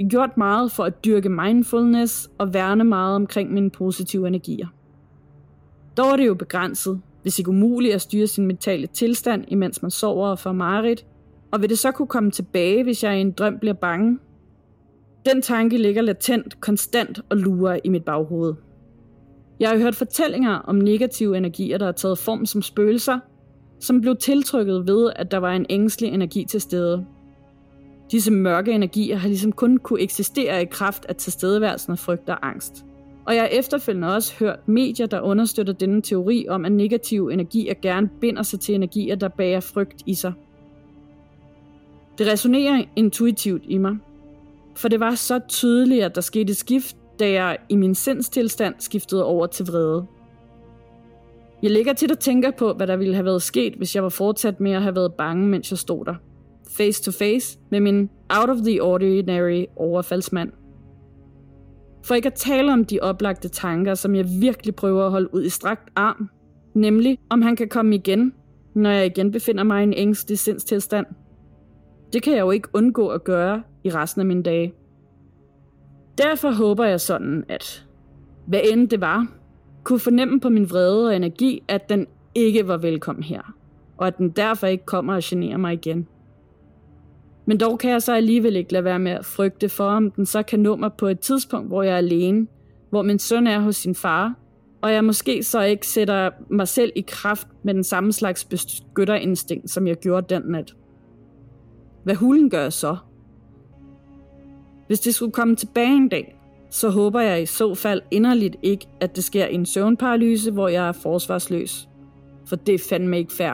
[SPEAKER 2] gjort meget for at dyrke mindfulness og værne meget omkring mine positive energier. Dog er det jo begrænset, hvis ikke umuligt at styre sin mentale tilstand, imens man sover og får mareridt, og vil det så kunne komme tilbage, hvis jeg i en drøm bliver bange? Den tanke ligger latent, konstant og lurer i mit baghoved. Jeg har hørt fortællinger om negative energier, der har taget form som spøgelser, som blev tiltrykket ved, at der var en ængstelig energi til stede. Disse mørke energier har ligesom kun kunne eksistere i kraft af tilstedeværelsen af frygt og angst. Og jeg har efterfølgende også hørt medier, der understøtter denne teori om, at negative energier gerne binder sig til energier, der bærer frygt i sig. Det resonerer intuitivt i mig, for det var så tydeligt, at der skete et skift, da jeg i min sindstilstand skiftede over til vrede. Jeg ligger tit og tænker på, hvad der ville have været sket, hvis jeg var fortsat med at have været bange, mens jeg stod der. Face to face med min out of the ordinary overfaldsmand. For ikke at tale om de oplagte tanker, som jeg virkelig prøver at holde ud i strakt arm. Nemlig, om han kan komme igen, når jeg igen befinder mig i en ængstelig sindstilstand. Det kan jeg jo ikke undgå at gøre i resten af mine dage. Derfor håber jeg sådan, at hvad end det var, kunne fornemme på min vrede og energi, at den ikke var velkommen her, og at den derfor ikke kommer og generer mig igen. Men dog kan jeg så alligevel ikke lade være med at frygte for, om den så kan nå mig på et tidspunkt, hvor jeg er alene, hvor min søn er hos sin far, og jeg måske så ikke sætter mig selv i kraft med den samme slags beskytterinstinkt, som jeg gjorde den nat. Hvad hulen gør jeg så? Hvis det skulle komme tilbage en dag, så håber jeg i så fald inderligt ikke, at det sker i en søvnparalyse, hvor jeg er forsvarsløs. For det er fandme ikke fair.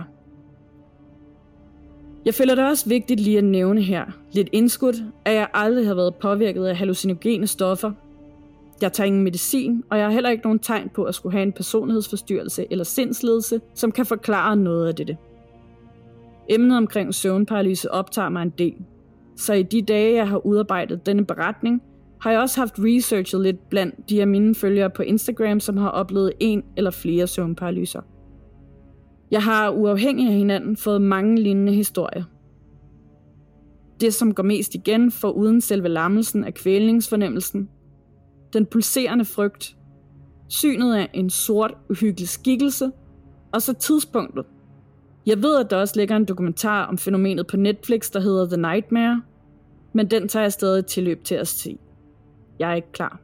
[SPEAKER 2] Jeg føler det også vigtigt lige at nævne her, lidt indskudt, at jeg aldrig har været påvirket af hallucinogene stoffer. Jeg tager ingen medicin, og jeg har heller ikke nogen tegn på at skulle have en personlighedsforstyrrelse eller sindsledelse, som kan forklare noget af dette. Emnet omkring søvnparalyse optager mig en del, så i de dage, jeg har udarbejdet denne beretning, har jeg også haft researchet lidt blandt de af mine følgere på Instagram, som har oplevet en eller flere søvnparalyser. Jeg har uafhængigt af hinanden fået mange lignende historier. Det, som går mest igen, for uden selve lammelsen af kvælningsfornemmelsen, den pulserende frygt, synet af en sort, uhyggelig skikkelse, og så tidspunktet. Jeg ved, at der også ligger en dokumentar om fænomenet på Netflix, der hedder The Nightmare, men den tager jeg stadig tilløb til at se. Jeg er ikke klar.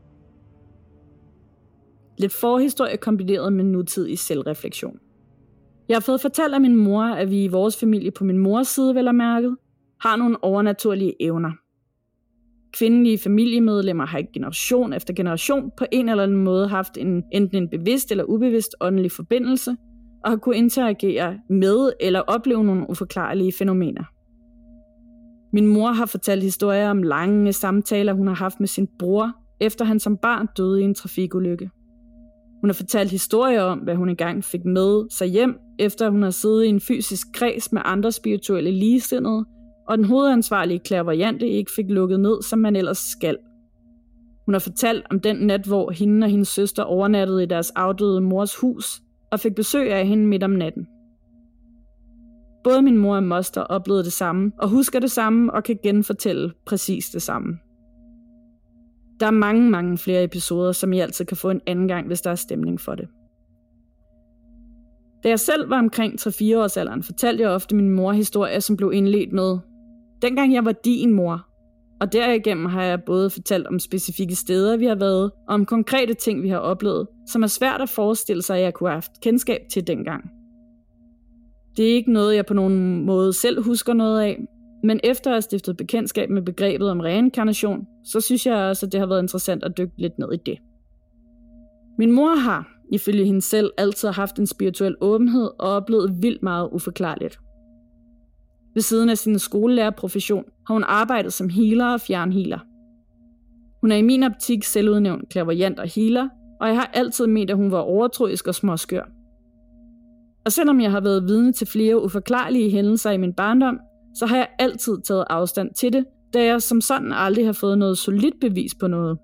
[SPEAKER 2] Lidt forhistorie kombineret med nutidig selvreflektion. Jeg har fået fortalt af min mor, at vi i vores familie på min mors side, vel og mærket, har nogle overnaturlige evner. Kvindelige familiemedlemmer har i generation efter generation på en eller anden måde haft en, enten en bevidst eller ubevidst åndelig forbindelse, og har kunnet interagere med eller opleve nogle uforklarlige fænomener. Min mor har fortalt historier om lange samtaler, hun har haft med sin bror, efter han som barn døde i en trafikulykke. Hun har fortalt historier om, hvad hun engang fik med sig hjem, efter hun har siddet i en fysisk kreds med andre spirituelle ligesindede, og den hovedansvarlige clairvoyante ikke fik lukket ned, som man ellers skal. Hun har fortalt om den nat, hvor hende og hendes søster overnattede i deres afdøde mors hus, og fik besøg af hende midt om natten. Både min mor og moster oplevede det samme, og husker det samme, og kan genfortælle præcis det samme. Der er mange, mange flere episoder, som I altid kan få en anden gang, hvis der er stemning for det. Da jeg selv var omkring tre fire års alderen, fortalte jeg ofte min mor historier, som blev indledt med: dengang jeg var din mor. Og derigennem har jeg både fortalt om specifikke steder, vi har været, og om konkrete ting, vi har oplevet, som er svært at forestille sig, at jeg kunne have haft kendskab til dengang. Det er ikke noget, jeg på nogen måde selv husker noget af, men efter at have stiftet bekendtskab med begrebet om reinkarnation, så synes jeg også, at det har været interessant at dykke lidt ned i det. Min mor har, ifølge hende selv, altid haft en spirituel åbenhed og oplevet vildt meget uforklarligt. Ved siden af sin skolelærerprofession har hun arbejdet som healer og fjernhealer. Hun er i min optik selvudnævnt clairvoyant og healer, og jeg har altid ment, at hun var overtroisk og småskør. Og selvom jeg har været vidne til flere uforklarlige hændelser i min barndom, så har jeg altid taget afstand til det, da jeg som sådan aldrig har fået noget solidt bevis på noget.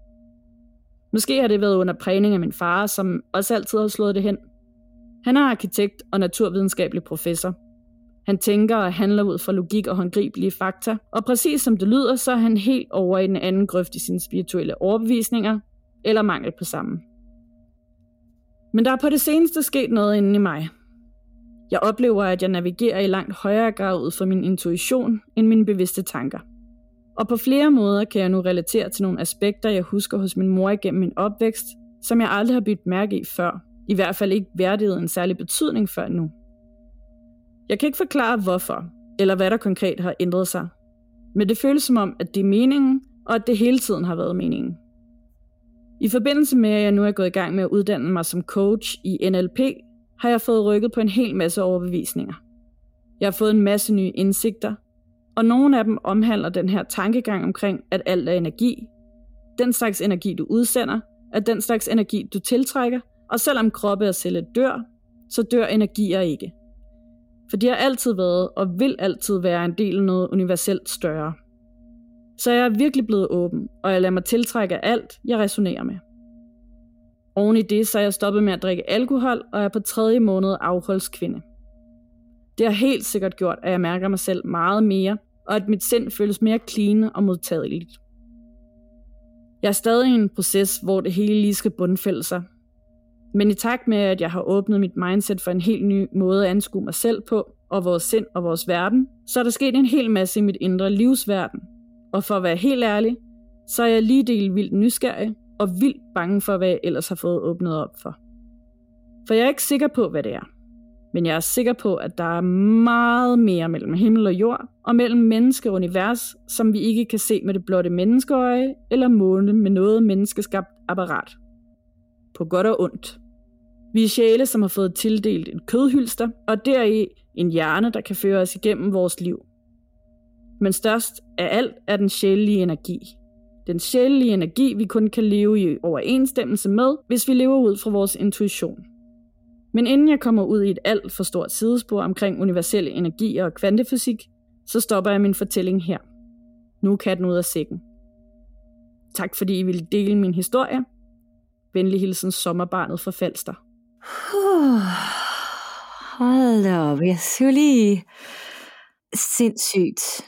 [SPEAKER 2] Måske har det været under prægning af min far, som også altid har slået det hen. Han er arkitekt og naturvidenskabelig professor. Han tænker og handler ud fra logik og håndgribelige fakta, og præcis som det lyder, så er han helt over i den anden grøft i sine spirituelle overbevisninger, eller mangel på samme. Men der er på det seneste sket noget inde i mig. Jeg oplever, at jeg navigerer i langt højere grad ud fra min intuition end mine bevidste tanker. Og på flere måder kan jeg nu relatere til nogle aspekter, jeg husker hos min mor igennem min opvækst, som jeg aldrig har bidt mærke i før. I hvert fald ikke værdiget en særlig betydning før nu. Jeg kan ikke forklare hvorfor, eller hvad der konkret har ændret sig. Men det føles som om, at det er meningen, og at det hele tiden har været meningen. I forbindelse med, at jeg nu er gået i gang med at uddanne mig som coach i N L P, har jeg fået rykket på en hel masse overbevisninger. Jeg har fået en masse nye indsigter, og nogle af dem omhandler den her tankegang omkring, at alt er energi. Den slags energi, du udsender, er den slags energi, du tiltrækker, og selvom kroppe og celler dør, så dør energier ikke. For de har altid været og vil altid være en del af noget universelt større. Så jeg er virkelig blevet åben, og jeg lader mig tiltrække af alt, jeg resonerer med. Oven i det, så er jeg stoppet med at drikke alkohol, og er på tredje måned afholdskvinde. Det har helt sikkert gjort, at jeg mærker mig selv meget mere, og at mit sind føles mere clean og modtageligt. Jeg er stadig i en proces, hvor det hele lige skal bundfælde sig. Men i takt med, at jeg har åbnet mit mindset for en helt ny måde at anskue mig selv på, og vores sind og vores verden, så er der sket en hel masse i mit indre livsverden. Og for at være helt ærlig, så er jeg lige del vildt nysgerrig og vildt bange for, hvad jeg ellers har fået åbnet op for. For jeg er ikke sikker på, hvad det er. Men jeg er sikker på, at der er meget mere mellem himmel og jord, og mellem menneske og univers, som vi ikke kan se med det blotte menneskeøje, eller måle med noget menneskeskabt apparat. På godt og ondt. Vi er sjæle, som har fået tildelt et kødhylster, og deri en hjerne, der kan føre os igennem vores liv. Men størst af alt er den sjælelige energi. Den sjælelige energi, vi kun kan leve i overensstemmelse med, hvis vi lever ud fra vores intuition. Men inden jeg kommer ud i et alt for stort sidespor omkring universelle energier og kvantefysik, så stopper jeg min fortælling her. Nu er katten ud af sækken. Tak fordi I ville dele min historie. Venlig hilsen sommerbarnet fra Falster.
[SPEAKER 1] Uh, hold op, jeg synes lige sindssygt.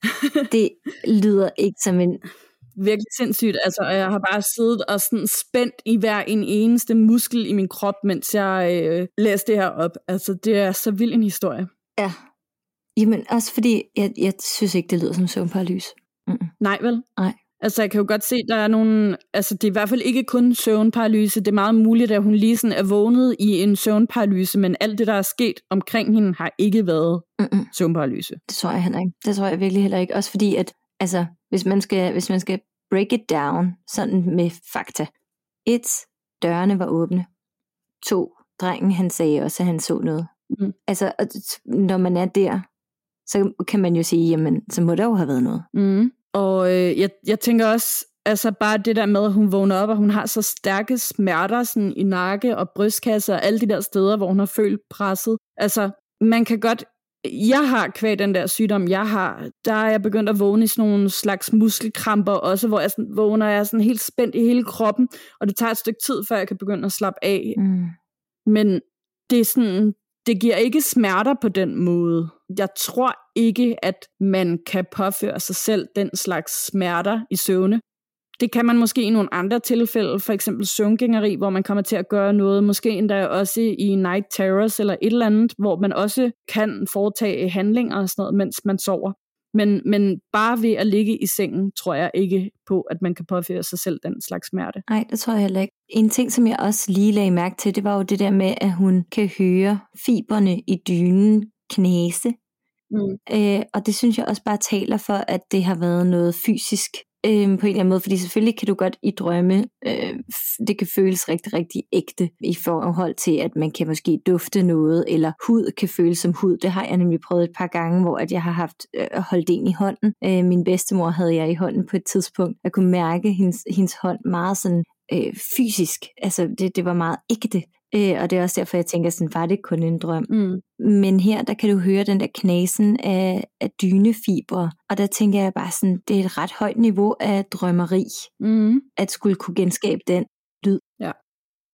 [SPEAKER 1] Det lyder ikke som en...
[SPEAKER 2] Virkelig sindssygt, altså, og jeg har bare siddet og sådan spændt i hver en eneste muskel i min krop, mens jeg øh, læste det her op. Altså, det er så vild en historie.
[SPEAKER 1] Ja, jamen også fordi, jeg, jeg synes ikke, det lyder som søvnparalyse. Mm-mm.
[SPEAKER 2] Nej, vel?
[SPEAKER 1] Nej.
[SPEAKER 2] Altså, jeg kan jo godt se, der er nogle... Altså, det er i hvert fald ikke kun søvnparalyse. Det er meget muligt, at hun lige sådan er vågnet i en søvnparalyse, men alt det, der er sket omkring hende, har ikke været Mm-mm. søvnparalyse.
[SPEAKER 1] Det tror jeg heller ikke. Det tror jeg virkelig heller ikke. Også fordi, at altså, hvis man skal, hvis man skal break it down, sådan med fakta. Et, dørene var åbne. To, drengen, han sagde også, at han så noget. Mm. Altså, når man er der, så kan man jo sige, jamen, så må der jo have været noget.
[SPEAKER 2] Mm. Og øh, jeg, jeg tænker også, altså bare det der med, at hun vågner op, og hun har så stærke smerter sådan, i nakke og brystkasse og alle de der steder, hvor hun har følt presset. Altså, man kan godt... Jeg har kvæg den der sygdom, jeg har, der er jeg begyndt at vågne i sådan nogle slags muskelkramper også, hvor jeg sådan, vågner, jeg er sådan helt spændt i hele kroppen, og det tager et stykke tid, før jeg kan begynde at slappe af. Mm. Men det er sådan, det giver ikke smerter på den måde. Jeg tror ikke, at man kan påføre sig selv den slags smerter i søvne. Det kan man måske i nogle andre tilfælde, for eksempel søvngængeri, hvor man kommer til at gøre noget, måske endda også i night terrors eller et eller andet, hvor man også kan foretage handlinger og sådan noget, mens man sover. Men, men bare ved at ligge i sengen, tror jeg ikke på, at man kan påføre sig selv den slags smerte.
[SPEAKER 1] Nej, det tror jeg heller ikke. En ting, som jeg også lige lagde mærke til, det var jo det der med, at hun kan høre fiberne i dynen knæse. Mm. Øh, og det synes jeg også bare taler for, at det har været noget fysisk øh, på en eller anden måde, fordi selvfølgelig kan du godt i drømme, øh, det kan føles rigtig, rigtig ægte i forhold til, at man kan måske dufte noget, eller hud kan føles som hud. Det har jeg nemlig prøvet et par gange, hvor at jeg har haft øh, holdt en i hånden. Øh, min bedstemor havde jeg i hånden på et tidspunkt. Jeg kunne mærke hendes, hendes hånd meget sådan øh, fysisk. Altså det, det var meget ægte. Øh, og det er også derfor, jeg tænker, sådan var det kun en drøm. Mm. Men her, der kan du høre den der knasen af, af dynefibre, og der tænker jeg bare sådan, det er et ret højt niveau af drømmeri, mm. at skulle kunne genskabe den lyd.
[SPEAKER 2] Ja.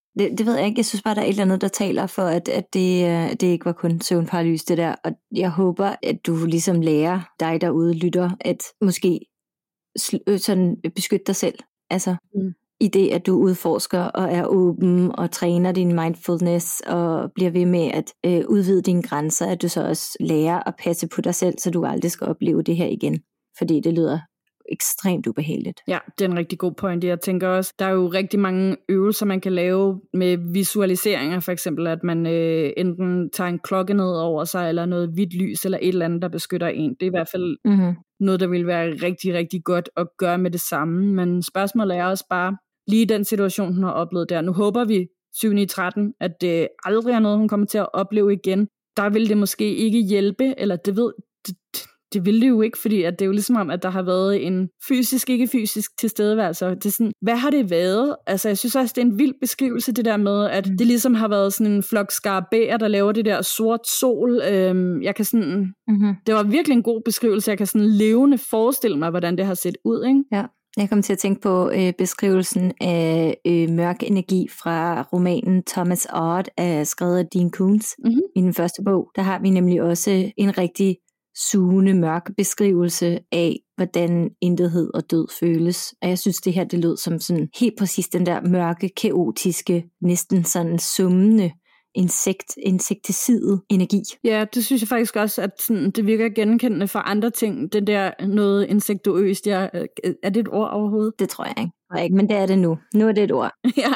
[SPEAKER 1] Det, det ved jeg ikke. Jeg synes bare, der er et eller andet, der taler for, at, at det, det ikke var kun søvnparalyse, det der. Og jeg håber, at du ligesom lærer dig derude, lytter, at måske sådan beskytte dig selv. Altså mm. i det, at du udforsker og er åben og træner din mindfulness og bliver ved med at øh, udvide dine grænser, at du så også lærer at passe på dig selv, så du aldrig skal opleve det her igen. Fordi det lyder ekstremt ubehageligt.
[SPEAKER 2] Ja, det er en rigtig god point. Jeg tænker også, der er jo rigtig mange øvelser, man kan lave med visualiseringer, for eksempel, at man øh, enten tager en klokke ned over sig, eller noget hvidt lys, eller et eller andet, der beskytter en. Det er i hvert fald mm-hmm. noget, der vil være rigtig, rigtig godt at gøre med det samme. Men spørgsmålet er også bare, lige den situation, hun har oplevet der. Nu håber vi syv ni tretten, at det aldrig er noget, hun kommer til at opleve igen. Der vil det måske ikke hjælpe, eller det ved... Det, Det ville det jo ikke, fordi at det er jo ligesom om, at der har været en fysisk, ikke fysisk tilstedeværelse. Det er sådan, hvad har det været? Altså, jeg synes også, det er en vild beskrivelse, det der med, at det ligesom har været sådan en flok skarabæer, der laver det der sort sol. Øhm, jeg kan sådan, mm-hmm. Det var virkelig en god beskrivelse. Jeg kan sådan levende forestille mig, hvordan det har set ud, ikke?
[SPEAKER 1] Ja. Jeg kom til at tænke på øh, beskrivelsen af øh, mørk energi fra romanen Thomas Odd, af skrevet af Dean Koontz mm-hmm. i den første bog. Der har vi nemlig også en rigtig sugende, mørk beskrivelse af, hvordan intethed og død føles. Og jeg synes, det her, det lød som sådan helt præcis den der mørke, kaotiske, næsten sådan summende insekt, insekticide energi.
[SPEAKER 2] Ja, det synes jeg faktisk også, at sådan, det virker genkendende for andre ting. Den der noget insektoøst, ja, er det et ord overhovedet?
[SPEAKER 1] Det tror jeg ikke. Nej, ikke, men det er det nu. Nu er det et ord.
[SPEAKER 2] Ja.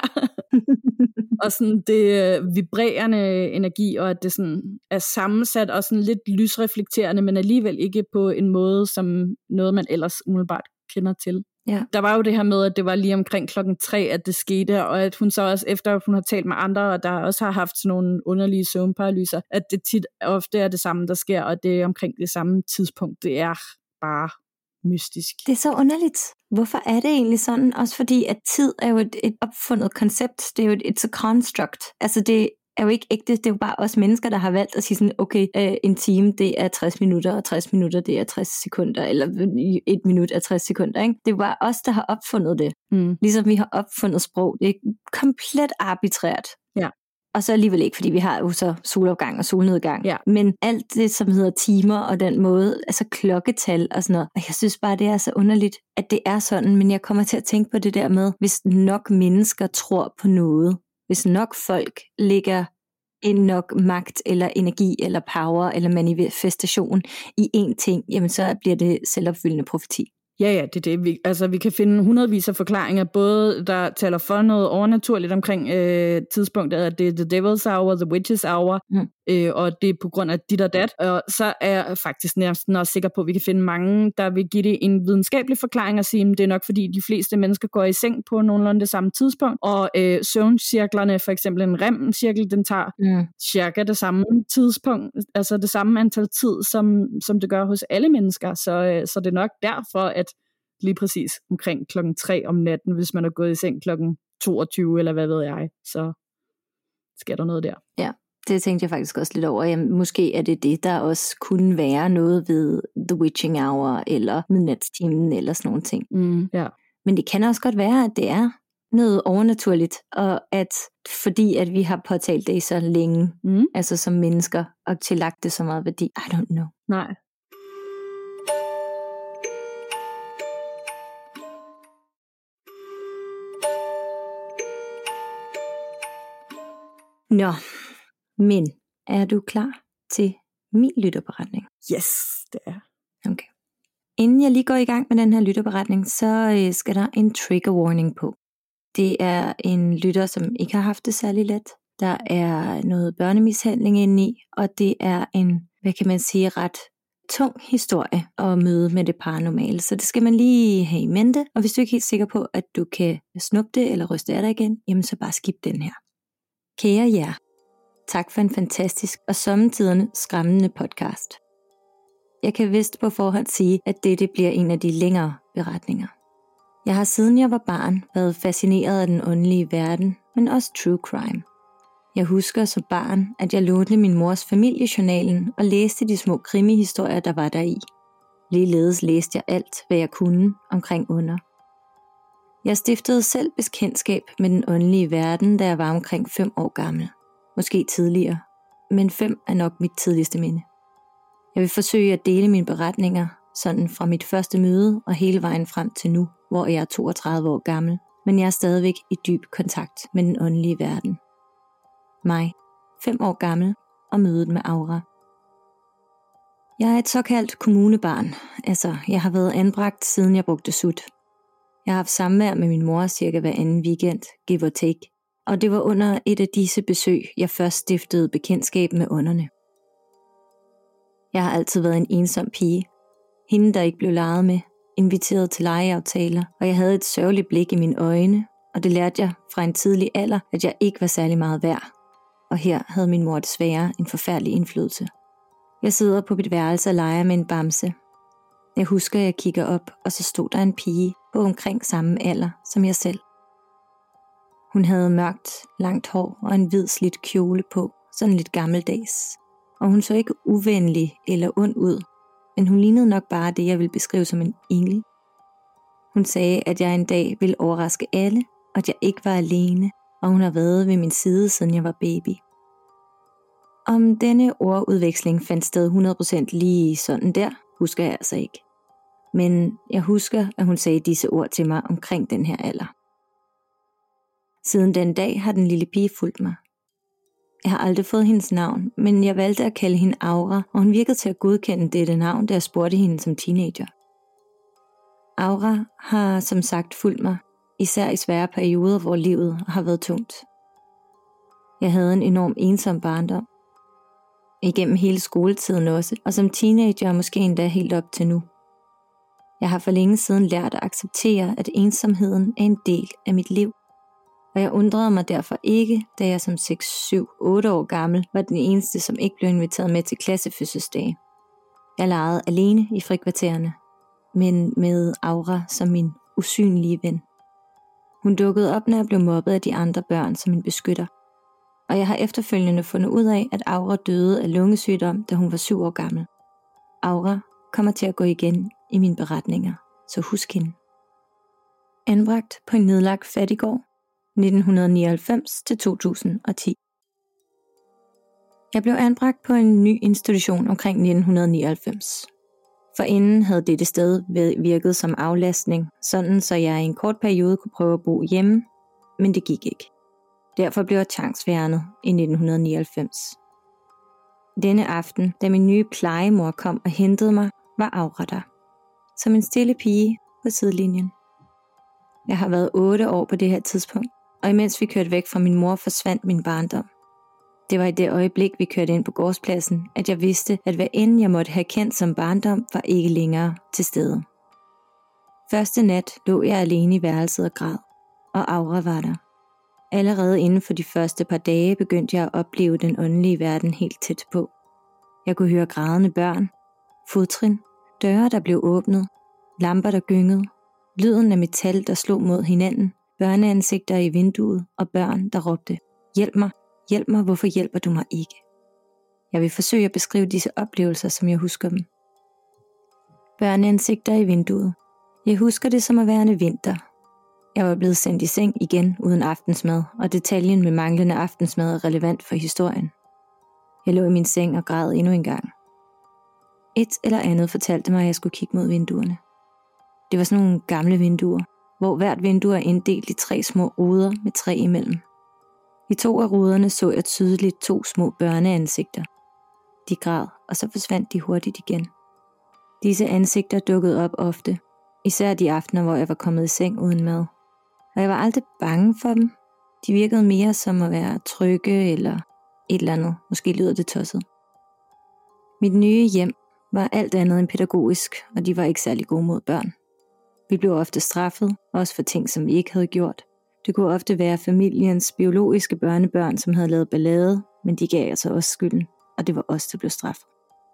[SPEAKER 2] Og sådan det vibrerende energi, og at det sådan er sammensat og sådan lidt lysreflekterende, men alligevel ikke på en måde, som noget, man ellers umiddelbart kender til.
[SPEAKER 1] Ja.
[SPEAKER 2] Der var jo det her med, at det var lige omkring klokken tre, at det skete, og at hun så også, efter hun har talt med andre, og der også har haft sådan nogle underlige søvnparalyser, at det tit ofte er det samme, der sker, og det er omkring det samme tidspunkt. Det er bare mystisk.
[SPEAKER 1] Det er så underligt. Hvorfor er det egentlig sådan? Også fordi, at tid er jo et, et opfundet koncept. Det er jo et, it's a construct. Altså det er jo ikke ægte. Det er jo bare os mennesker, der har valgt at sige sådan, okay, øh, en time, det er tres minutter, og tres minutter, det er tres sekunder, eller et minut er tres sekunder, ikke? Det er jo bare os, der har opfundet det. Mm. Ligesom vi har opfundet sprog. Det er komplet arbitrært.
[SPEAKER 2] Ja.
[SPEAKER 1] Og så alligevel ikke, fordi vi har jo så solopgang og solnedgang.
[SPEAKER 2] Ja.
[SPEAKER 1] Men alt det, som hedder timer og den måde, altså klokketal og sådan noget. Og jeg synes bare, det er så underligt, at det er sådan. Men jeg kommer til at tænke på det der med, hvis nok mennesker tror på noget, hvis nok folk lægger en nok magt eller energi eller power eller manifestation i én ting, jamen så bliver det selvopfyldende profeti.
[SPEAKER 2] Ja, ja, det er det. Vi, altså, vi kan finde hundredvis af forklaringer, både der taler for noget overnaturligt omkring øh, tidspunktet, at det er the devil's hour, the witch's hour, mm. øh, og det er på grund af dit og dat. Og så er jeg faktisk næsten også sikker på, at vi kan finde mange, der vil give det en videnskabelig forklaring og sige, at det er nok fordi, de fleste mennesker går i seng på nogenlunde det samme tidspunkt, og øh, søvncirklerne, for eksempel en rem-cirkel, den tager mm. cirka det samme tidspunkt, altså det samme antal tid, som, som det gør hos alle mennesker, så, øh, så det er nok derfor, at lige præcis omkring klokken tre om natten, hvis man er gået i seng klokken toogtyve, eller hvad ved jeg, så sker der noget der.
[SPEAKER 1] Ja, det tænkte jeg faktisk også lidt over. Jamen, måske er det det, der også kunne være noget ved The Witching Hour, eller midnatstimen, eller sådan nogle ting.
[SPEAKER 2] Mm, ja.
[SPEAKER 1] Men det kan også godt være, at det er noget overnaturligt, og at fordi at vi har påtalt det så længe, mm. altså som mennesker, og tillagt det så meget værdi, I don't know.
[SPEAKER 2] Nej.
[SPEAKER 1] Nå, men er du klar til min lytterberetning?
[SPEAKER 2] Yes, det er.
[SPEAKER 1] Okay. Inden jeg lige går i gang med den her lytterberetning, så øh, skal der en trigger warning på. Det er en lytter, som ikke har haft det særlig let. Der er noget børnemishandling inde i, og det er en, hvad kan man sige, ret tung historie at møde med det paranormale. Så det skal man lige have i mente, og hvis du ikke er helt sikker på, at du kan snuppe det eller ryste af dig igen, jamen så bare skip den her. Kære jer, tak for en fantastisk og samtidig skræmmende podcast. Jeg kan vist på forhånd sige, at dette bliver en af de længere beretninger. Jeg har siden jeg var barn været fascineret af den åndelige verden, men også true crime. Jeg husker som barn, at jeg lånte min mors familiejournalen og læste de små krimihistorier, der var deri. Ligeledes læste jeg alt, hvad jeg kunne omkring under. Jeg stiftede selv bekendtskab med den åndelige verden, da jeg var omkring fem år gammel. Måske tidligere, men fem er nok mit tidligste minde. Jeg vil forsøge at dele mine beretninger, sådan fra mit første møde og hele vejen frem til nu, hvor jeg er toogtredive år gammel, men jeg er stadigvæk i dyb kontakt med den åndelige verden. Mig, fem år gammel, og mødet med Aura. Jeg er et såkaldt kommunebarn, altså jeg har været anbragt siden jeg brugte sut. Jeg har haft samvær med min mor cirka hver anden weekend, give or take, og det var under et af disse besøg, jeg først stiftede bekendtskab med ånderne. Jeg har altid været en ensom pige, hende der ikke blev leget med, inviteret til legeaftaler, og jeg havde et sørgeligt blik i mine øjne, og det lærte jeg fra en tidlig alder, at jeg ikke var særlig meget værd. Og her havde min mor desværre en forfærdelig indflydelse. Jeg sidder på mit værelse og leger med en bamse. Jeg husker, at jeg kigger op, og så stod der en pige på omkring samme alder som jeg selv. Hun havde mørkt, langt hår og en hvid slidt kjole på, sådan lidt gammeldags. Og hun så ikke uvenlig eller ond ud, men hun lignede nok bare det, jeg vil beskrive som en engel. Hun sagde, at jeg en dag ville overraske alle, og at jeg ikke var alene, og hun har været ved min side, siden jeg var baby. Om denne ordudveksling fandt sted hundrede procent lige sådan der, husker jeg altså ikke. Men jeg husker, at hun sagde disse ord til mig omkring den her alder. Siden den dag har den lille pige fulgt mig. Jeg har aldrig fået hendes navn, men jeg valgte at kalde hende Aura, og hun virkede til at godkende dette navn, da jeg spurgte hende som teenager. Aura har som sagt fulgt mig, især i svære perioder, hvor livet har været tungt. Jeg havde en enorm ensom barndom. Igennem hele skoletiden også, og som teenager måske endda helt op til nu. Jeg har for længe siden lært at acceptere, at ensomheden er en del af mit liv. Og jeg undrede mig derfor ikke, da jeg som seks, syv, otte år gammel var den eneste, som ikke blev inviteret med til klassefødselsdage. Jeg legede alene i frikvartererne, men med Aura som min usynlige ven. Hun dukkede op, når jeg blev mobbet af de andre børn som en beskytter. Og jeg har efterfølgende fundet ud af, at Aura døde af lungesygdom, da hun var syv år gammel. Aura kommer til at gå igen i mine beretninger, så husk hende. Anbragt på en nedlagt fattiggård nitten nioghalvfems til to tusind og ti. Jeg blev anbragt på en ny institution omkring nitten nioghalvfems. Forinden havde dette sted virket som aflastning, sådan så jeg i en kort periode kunne prøve at bo hjemme, men det gik ikke. Derfor blev jeg tvangsfjernet i nitten nioghalvfems. Denne aften, da min nye plejemor kom og hentede mig, var Aura der. Som en stille pige på sidelinjen. Jeg har været otte år på det her tidspunkt, og imens vi kørte væk fra min mor, forsvandt min barndom. Det var i det øjeblik, vi kørte ind på gårdspladsen, at jeg vidste, at hvad end jeg måtte have kendt som barndom, var ikke længere til stede. Første nat lå jeg alene i værelset og græd, og Aura var der. Allerede inden for de første par dage begyndte jeg at opleve den åndelige verden helt tæt på. Jeg kunne høre grædende børn, fodtrin, døre der blev åbnet, lamper der gyngede, lyden af metal der slog mod hinanden, børneansigter i vinduet og børn der råbte, hjælp mig, hjælp mig, hvorfor hjælper du mig ikke? Jeg vil forsøge at beskrive disse oplevelser, som jeg husker dem. Børneansigter i vinduet. Jeg husker det som at være vinter. Jeg var blevet sendt i seng igen uden aftensmad, og detaljen med manglende aftensmad er relevant for historien. Jeg lå i min seng og græd endnu en gang. Et eller andet fortalte mig, at jeg skulle kigge mod vinduerne. Det var sådan nogle gamle vinduer, hvor hvert vindue er inddelt i tre små ruder med træ imellem. I to af ruderne så jeg tydeligt to små børneansigter. De græd, og så forsvandt de hurtigt igen. Disse ansigter dukkede op ofte, især de aftener, hvor jeg var kommet i seng uden mad. Og jeg var aldrig bange for dem. De virkede mere som at være trygge eller et eller andet. Måske lyder det tosset. Mit nye hjem var alt andet end pædagogisk, og de var ikke særlig gode mod børn. Vi blev ofte straffet, også for ting, som vi ikke havde gjort. Det kunne ofte være familiens biologiske børnebørn, som havde lavet ballade, men de gav altså også skylden, og det var os, der blev straffet.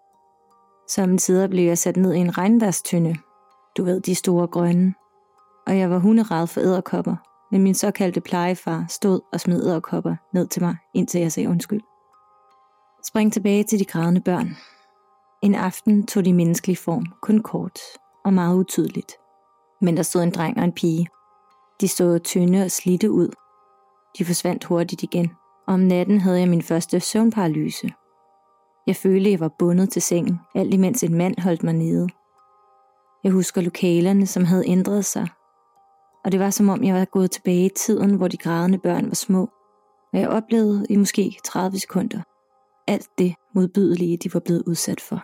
[SPEAKER 1] Sommetider blev jeg sat ned i en regnværstønde. Du ved, de store grønne. Og jeg var hunderæd for edderkopper, men min såkaldte plejefar stod og smed edderkopper ned til mig, indtil jeg sagde undskyld. Spring tilbage til de grædende børn. En aften tog de menneskelig form, kun kort og meget utydeligt. Men der stod en dreng og en pige. De så tynde og slidte ud. De forsvandt hurtigt igen. Om natten havde jeg min første søvnparalyse. Jeg følte, jeg var bundet til sengen, alt imens en mand holdt mig nede. Jeg husker lokalerne, som havde ændret sig. Og det var som om, jeg var gået tilbage i tiden, hvor de grædende børn var små. Og jeg oplevede i måske tredive sekunder alt det modbydelige, de var blevet udsat for.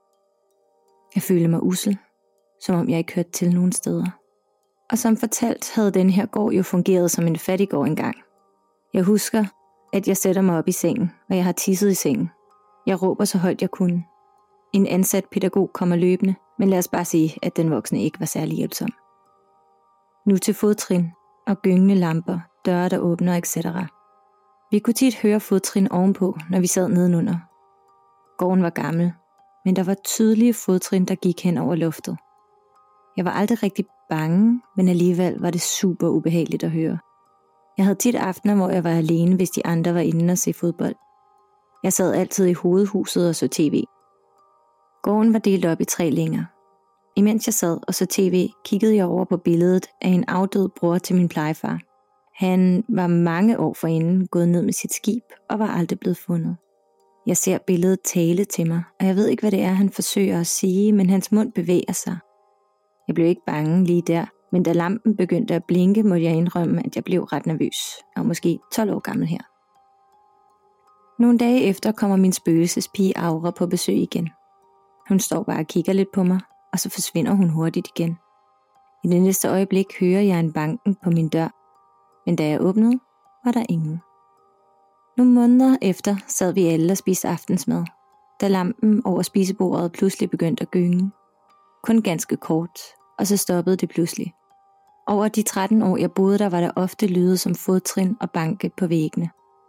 [SPEAKER 1] Jeg følte mig ussel, som om jeg ikke hørte til nogen steder. Og som fortalt havde den her gård jo fungeret som en fattiggård engang. Jeg husker, at jeg sætter mig op i sengen, og jeg har tisset i sengen. Jeg råber så højt jeg kunne. En ansat pædagog kommer løbende, men lad os bare sige, at den voksne ikke var særlig hjælpsom. Nu til fodtrin og gyngende lamper, døre der åbner, et cetera. Vi kunne tit høre fodtrin ovenpå, når vi sad nedenunder. Gården var gammel, men der var tydelige fodtrin, der gik hen over loftet. Jeg var aldrig rigtig bange, men alligevel var det super ubehageligt at høre. Jeg havde tit aftener, hvor jeg var alene, hvis de andre var inde og se fodbold. Jeg sad altid i hovedhuset og så tv. Gården var delt op i tre længer. Imens jeg sad og så tv, kiggede jeg over på billedet af en afdød bror til min plejefar. Han var mange år forinden gået ned med sit skib og var aldrig blevet fundet. Jeg ser billedet tale til mig, og jeg ved ikke, hvad det er, han forsøger at sige, men hans mund bevæger sig. Jeg blev ikke bange lige der, men da lampen begyndte at blinke, måtte jeg indrømme, at jeg blev ret nervøs. Jeg var måske tolv år gammel her. Nogle dage efter kommer min spøgelsespige Aura på besøg igen. Hun står bare og kigger lidt på mig, og så forsvinder hun hurtigt igen. I det næste øjeblik hører jeg en banken på min dør, men da jeg åbnede, var der ingen. Nogle måneder efter sad vi alle og spiste aftensmad, da lampen over spisebordet pludselig begyndte at gynge. Kun ganske kort, og så stoppede det pludselig. Over de tretten år jeg boede der, var der ofte lyde som fodtrin og banke på væggene.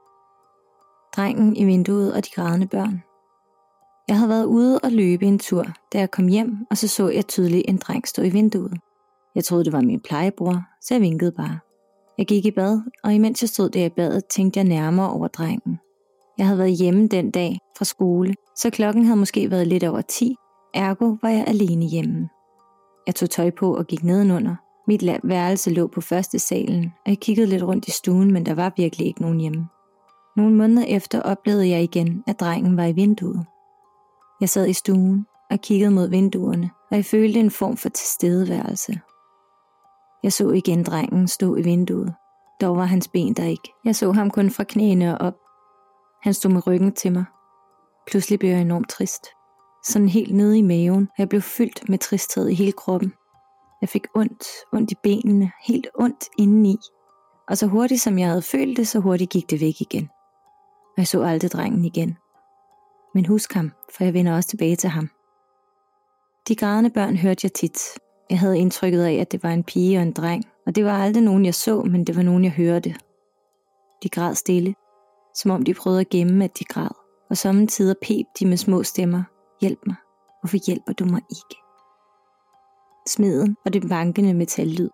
[SPEAKER 1] Drengen i vinduet og de grædende børn. Jeg havde været ude og løbe en tur, da jeg kom hjem, og så så jeg tydeligt en dreng stå i vinduet. Jeg troede, det var min plejebror, så jeg vinkede bare. Jeg gik i bad, og imens jeg stod der i badet, tænkte jeg nærmere over drengen. Jeg havde været hjemme den dag fra skole, så klokken havde måske været lidt over ti, ergo var jeg alene hjemme. Jeg tog tøj på og gik nedenunder. Mit værelse lå på første salen, og jeg kiggede lidt rundt i stuen, men der var virkelig ikke nogen hjemme. Nogle måneder efter oplevede jeg igen, at drengen var i vinduet. Jeg sad i stuen og kiggede mod vinduerne, og jeg følte en form for tilstedeværelse. Jeg så igen drengen stå i vinduet. Dog var hans ben der ikke. Jeg så ham kun fra knæene og op. Han stod med ryggen til mig. Pludselig blev jeg enormt trist. Sådan helt nede i maven, og jeg blev fyldt med tristhed i hele kroppen. Jeg fik ondt, ondt i benene, helt ondt indeni. Og så hurtigt som jeg havde følt det, så hurtigt gik det væk igen. Og jeg så aldrig drengen igen. Men husk ham, for jeg vender også tilbage til ham. De grædende børn hørte jeg tit. Jeg havde indtrykket af, at det var en pige og en dreng, og det var aldrig nogen, jeg så, men det var nogen, jeg hørte. De græd stille, som om de prøvede at gemme, at de græd, og sommetider pep de med små stemmer. Hjælp mig. Hvorfor hjælper du mig ikke? Smeden og det bankende metallyd.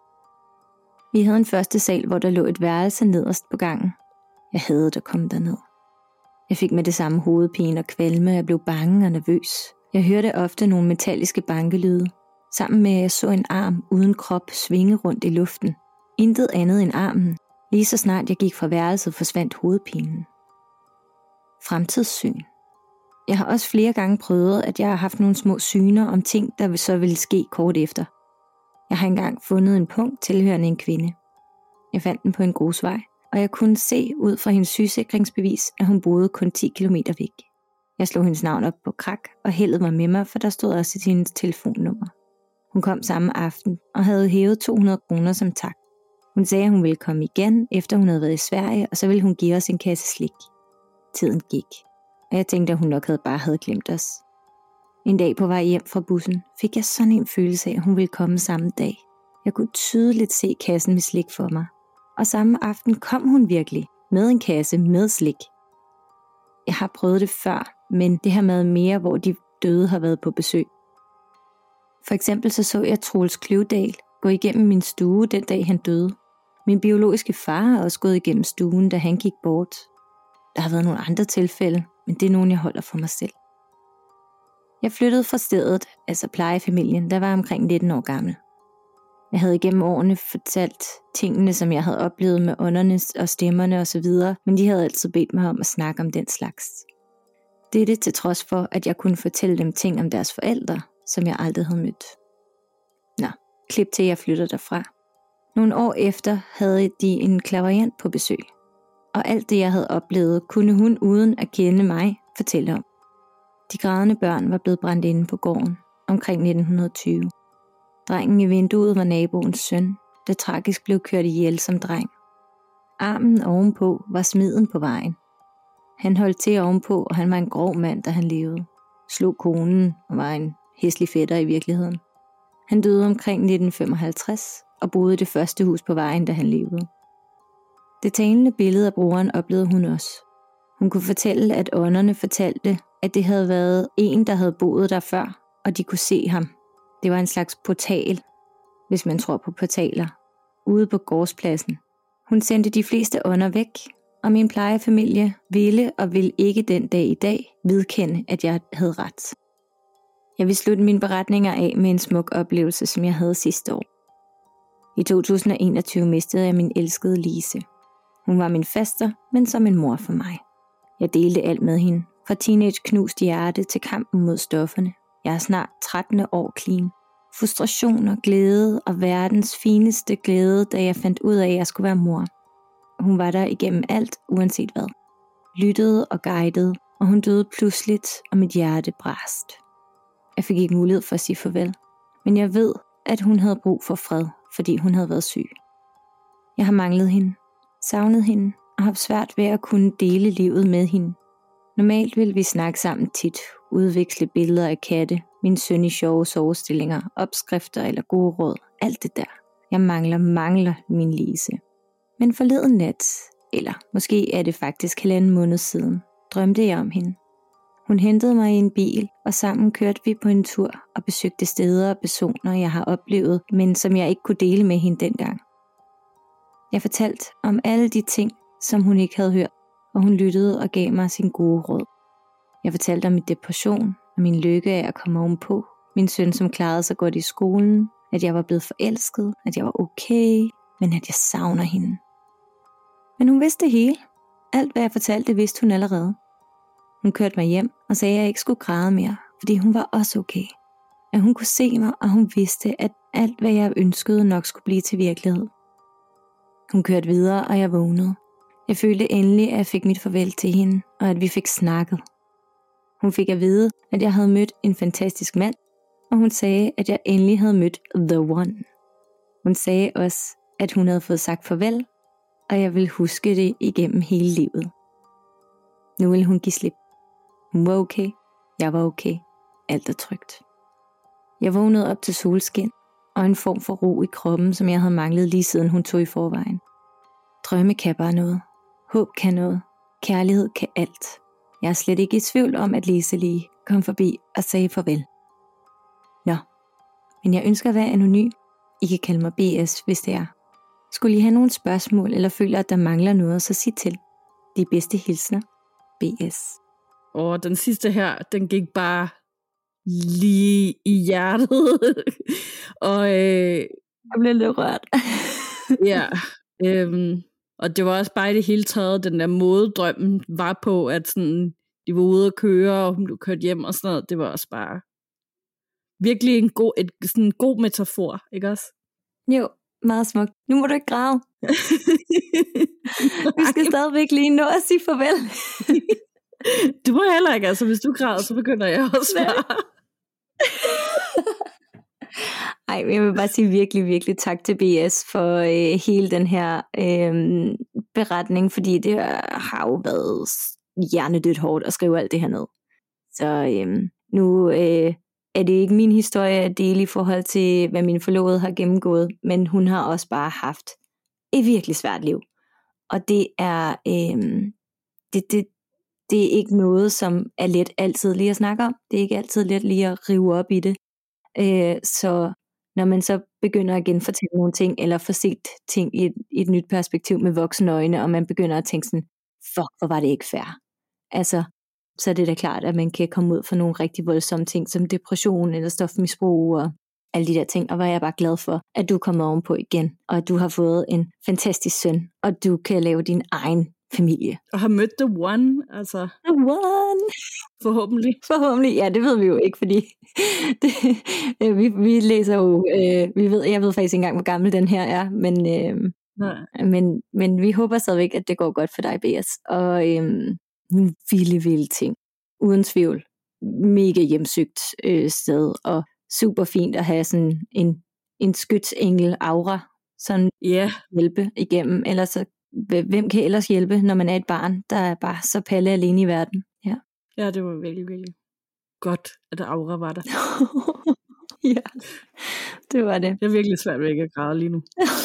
[SPEAKER 1] Vi havde en første sal, hvor der lå et værelse nederst på gangen. Jeg hadede at komme derned. Jeg fik med det samme hovedpine og kvalme, og jeg blev bange og nervøs. Jeg hørte ofte nogle metalliske bankelyde, sammen med at jeg så en arm uden krop svinge rundt i luften. Intet andet end armen. Lige så snart jeg gik fra værelset, forsvandt hovedpinen. Fremtidssyn. Jeg har også flere gange prøvet, at jeg har haft nogle små syner om ting, der så ville ske kort efter. Jeg har engang fundet en punkt tilhørende en kvinde. Jeg fandt den på en grusvej, og jeg kunne se ud fra hendes sygesikringsbevis, at hun boede kun ti kilometer væk. Jeg slog hendes navn op på krak og hældede mig med mig, for der stod også til hendes telefonnummer. Hun kom samme aften og havde hævet to hundrede kroner som tak. Hun sagde, at hun ville komme igen, efter hun havde været i Sverige, og så ville hun give os en kasse slik. Tiden gik, og jeg tænkte, at hun nok havde bare havde glemt os. En dag på vej hjem fra bussen fik jeg sådan en følelse af, at hun ville komme samme dag. Jeg kunne tydeligt se kassen med slik for mig. Og samme aften kom hun virkelig med en kasse med slik. Jeg har prøvet det før, men det har været mere, hvor de døde har været på besøg. For eksempel så så jeg Troels Kløvedal gå igennem min stue den dag han døde. Min biologiske far har også gået igennem stuen, da han gik bort. Der har været nogle andre tilfælde, men det er nogle, jeg holder for mig selv. Jeg flyttede fra stedet, altså plejefamilien, der var omkring nitten år gammel. Jeg havde igennem årene fortalt tingene, som jeg havde oplevet med ånderne og stemmerne osv., men de havde altid bedt mig om at snakke om den slags. Dette til trods for, at jeg kunne fortælle dem ting om deres forældre, som jeg aldrig havde mødt. Nå, klip til jeg flytter derfra. Nogle år efter havde de en clairvoyant på besøg, og alt det jeg havde oplevet, kunne hun uden at kende mig fortælle om. De grædende børn var blevet brændt inde på gården omkring nitten tyve. Drengen i vinduet var naboens søn, der tragisk blev kørt ihjel som dreng. Armen ovenpå var smiden på vejen. Han holdt til ovenpå, og han var en grov mand, da han levede. Slog konen og var en hæslig fætter i virkeligheden. Han døde omkring nitten femoghalvtreds og boede i det første hus på vejen, da han levede. Det talende billede af broren oplevede hun også. Hun kunne fortælle, at ånderne fortalte, at det havde været en, der havde boet der før, og de kunne se ham. Det var en slags portal, hvis man tror på portaler, ude på gårdspladsen. Hun sendte de fleste ånder væk, og min plejefamilie ville og ville ikke den dag i dag vedkende, at jeg havde ret. Jeg vil slutte mine beretninger af med en smuk oplevelse, som jeg havde sidste år. I to tusind og enogtyve mistede jeg min elskede Lise. Hun var min faster, men som en mor for mig. Jeg delte alt med hende, fra teenage knust hjerte til kampen mod stofferne. Jeg er snart tretten år clean. Frustrationer, glæde og verdens fineste glæde, da jeg fandt ud af, at jeg skulle være mor. Hun var der igennem alt, uanset hvad. Lyttede og guidede, og hun døde pludseligt, og mit hjerte brast. Jeg fik ikke mulighed for at sige farvel, men jeg ved, at hun havde brug for fred, fordi hun havde været syg. Jeg har manglet hende, savnet hende, og haft svært ved at kunne dele livet med hende. Normalt ville vi snakke sammen tit, udveksle billeder af katte, min søn i sjove sovestillinger, opskrifter eller gode råd, alt det der. Jeg mangler, mangler min Lise. Men forleden nat, eller måske er det faktisk halvanden måned siden, drømte jeg om hende. Hun hentede mig i en bil, og sammen kørte vi på en tur og besøgte steder og personer, jeg har oplevet, men som jeg ikke kunne dele med hende dengang. Jeg fortalte om alle de ting, som hun ikke havde hørt, og hun lyttede og gav mig sin gode råd. Jeg fortalte om min depression og min lykke af at komme ovenpå, min søn, som klarede sig godt i skolen, at jeg var blevet forelsket, at jeg var okay, men at jeg savner hende. Men hun vidste det hele. Alt hvad jeg fortalte, vidste hun allerede. Hun kørte mig hjem og sagde, at jeg ikke skulle græde mere, fordi hun var også okay. At hun kunne se mig, og hun vidste, at alt hvad jeg ønskede nok skulle blive til virkelighed. Hun kørte videre, og jeg vågnede. Jeg følte endelig, at jeg fik mit farvel til hende, og at vi fik snakket. Hun fik at vide, at jeg havde mødt en fantastisk mand, og hun sagde, at jeg endelig havde mødt The One. Hun sagde også, at hun havde fået sagt farvel, og jeg ville huske det igennem hele livet. Nu ville hun give slip. Hun var okay, jeg var okay, alt er trygt. Jeg vågnede op til solskin, og en form for ro i kroppen, som jeg havde manglet lige siden hun tog i forvejen. Drømme kan bare noget. Håb kan noget. Kærlighed kan alt. Jeg er slet ikke i tvivl om, at Lise lige kom forbi og sagde farvel. Nå, men jeg ønsker at være anonym. I kan kalde mig B S, hvis det er. Skulle I have nogle spørgsmål, eller føler, at der mangler noget, så sig til. De bedste hilsner, B S.
[SPEAKER 2] Og den sidste her, den gik bare lige i hjertet. og øh,
[SPEAKER 1] jeg blev lidt rørt.
[SPEAKER 2] ja, øhm, og det var også bare i det hele taget, den der måde drømmen var på, at sådan, de var ude at køre, og hun blev kørt hjem og sådan noget. Det var også bare virkelig en god, et, sådan en god metafor, ikke også?
[SPEAKER 1] Jo, meget smukt. Nu må du ikke græde. Vi skal stadigvæk lige nå at sige farvel.
[SPEAKER 2] Du må heller ikke, altså hvis du græder, så begynder jeg også bare.
[SPEAKER 1] Ej, jeg vil bare sige virkelig, virkelig tak til B S for øh, hele den her øh, beretning, fordi det har jo været hjernedødt hårdt at skrive alt det her ned. Så øh, nu øh, er det ikke min historie at dele i forhold til, hvad min forlovede har gennemgået, men hun har også bare haft et virkelig svært liv. Og det er, øh, det, det, det er ikke noget, som er let altid lige at snakke om. Det er ikke altid let lige at rive op i det. Øh, så når man så begynder at genfortælle nogle ting, eller få set ting i et, i et nyt perspektiv med voksne øjne, og man begynder at tænke sådan, fuck, hvor var det ikke fair. Altså, så er det da klart, at man kan komme ud for nogle rigtig voldsomme ting, som depression eller stofmisbrug, og alle de der ting, og hvor er jeg bare glad for, at du er kommet ovenpå igen, og at du har fået en fantastisk søn, og du kan lave din egen familie.
[SPEAKER 2] Og har mødt the one, altså.
[SPEAKER 1] The one!
[SPEAKER 2] Forhåbentlig.
[SPEAKER 1] Forhåbentlig, ja, det ved vi jo ikke, fordi det, øh, vi, vi læser jo, øh, vi ved, jeg ved faktisk ikke engang, hvor gammel den her er, men, øh, men, men vi håber stadigvæk, at det går godt for dig, B S. Og øh, nogle vilde, vilde ting. Uden tvivl. Mega hjemsøgt øh, sted, og super fint at have sådan en, en skytsengel aura, sådan
[SPEAKER 2] yeah.
[SPEAKER 1] hjælpe igennem, ellers så hvem kan ellers hjælpe, når man er et barn, der er bare så palle alene i verden. Ja,
[SPEAKER 2] ja det var virkelig, virkelig godt, at der aura var der.
[SPEAKER 1] Ja, det var det.
[SPEAKER 2] Jeg er virkelig svært ved ikke at græde lige nu.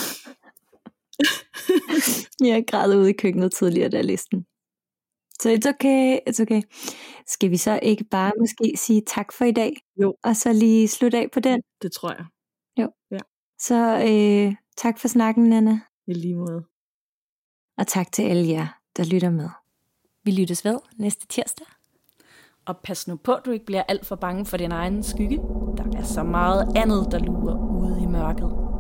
[SPEAKER 1] Jeg græd ude i køkkenet tidligere, der listen. Så it's okay, it's okay. Skal vi så ikke bare måske sige tak for i dag?
[SPEAKER 2] Jo.
[SPEAKER 1] Og så lige slutte af på den?
[SPEAKER 2] Det tror jeg.
[SPEAKER 1] Jo.
[SPEAKER 2] Ja.
[SPEAKER 1] Så øh, tak for snakken, Nanna.
[SPEAKER 2] I lige måde.
[SPEAKER 1] Og tak til alle jer, der lytter med. Vi lyttes ved næste tirsdag.
[SPEAKER 2] Og pas nu på, at du ikke bliver alt for bange for din egen skygge. Der er så meget andet, der lurer ude i mørket.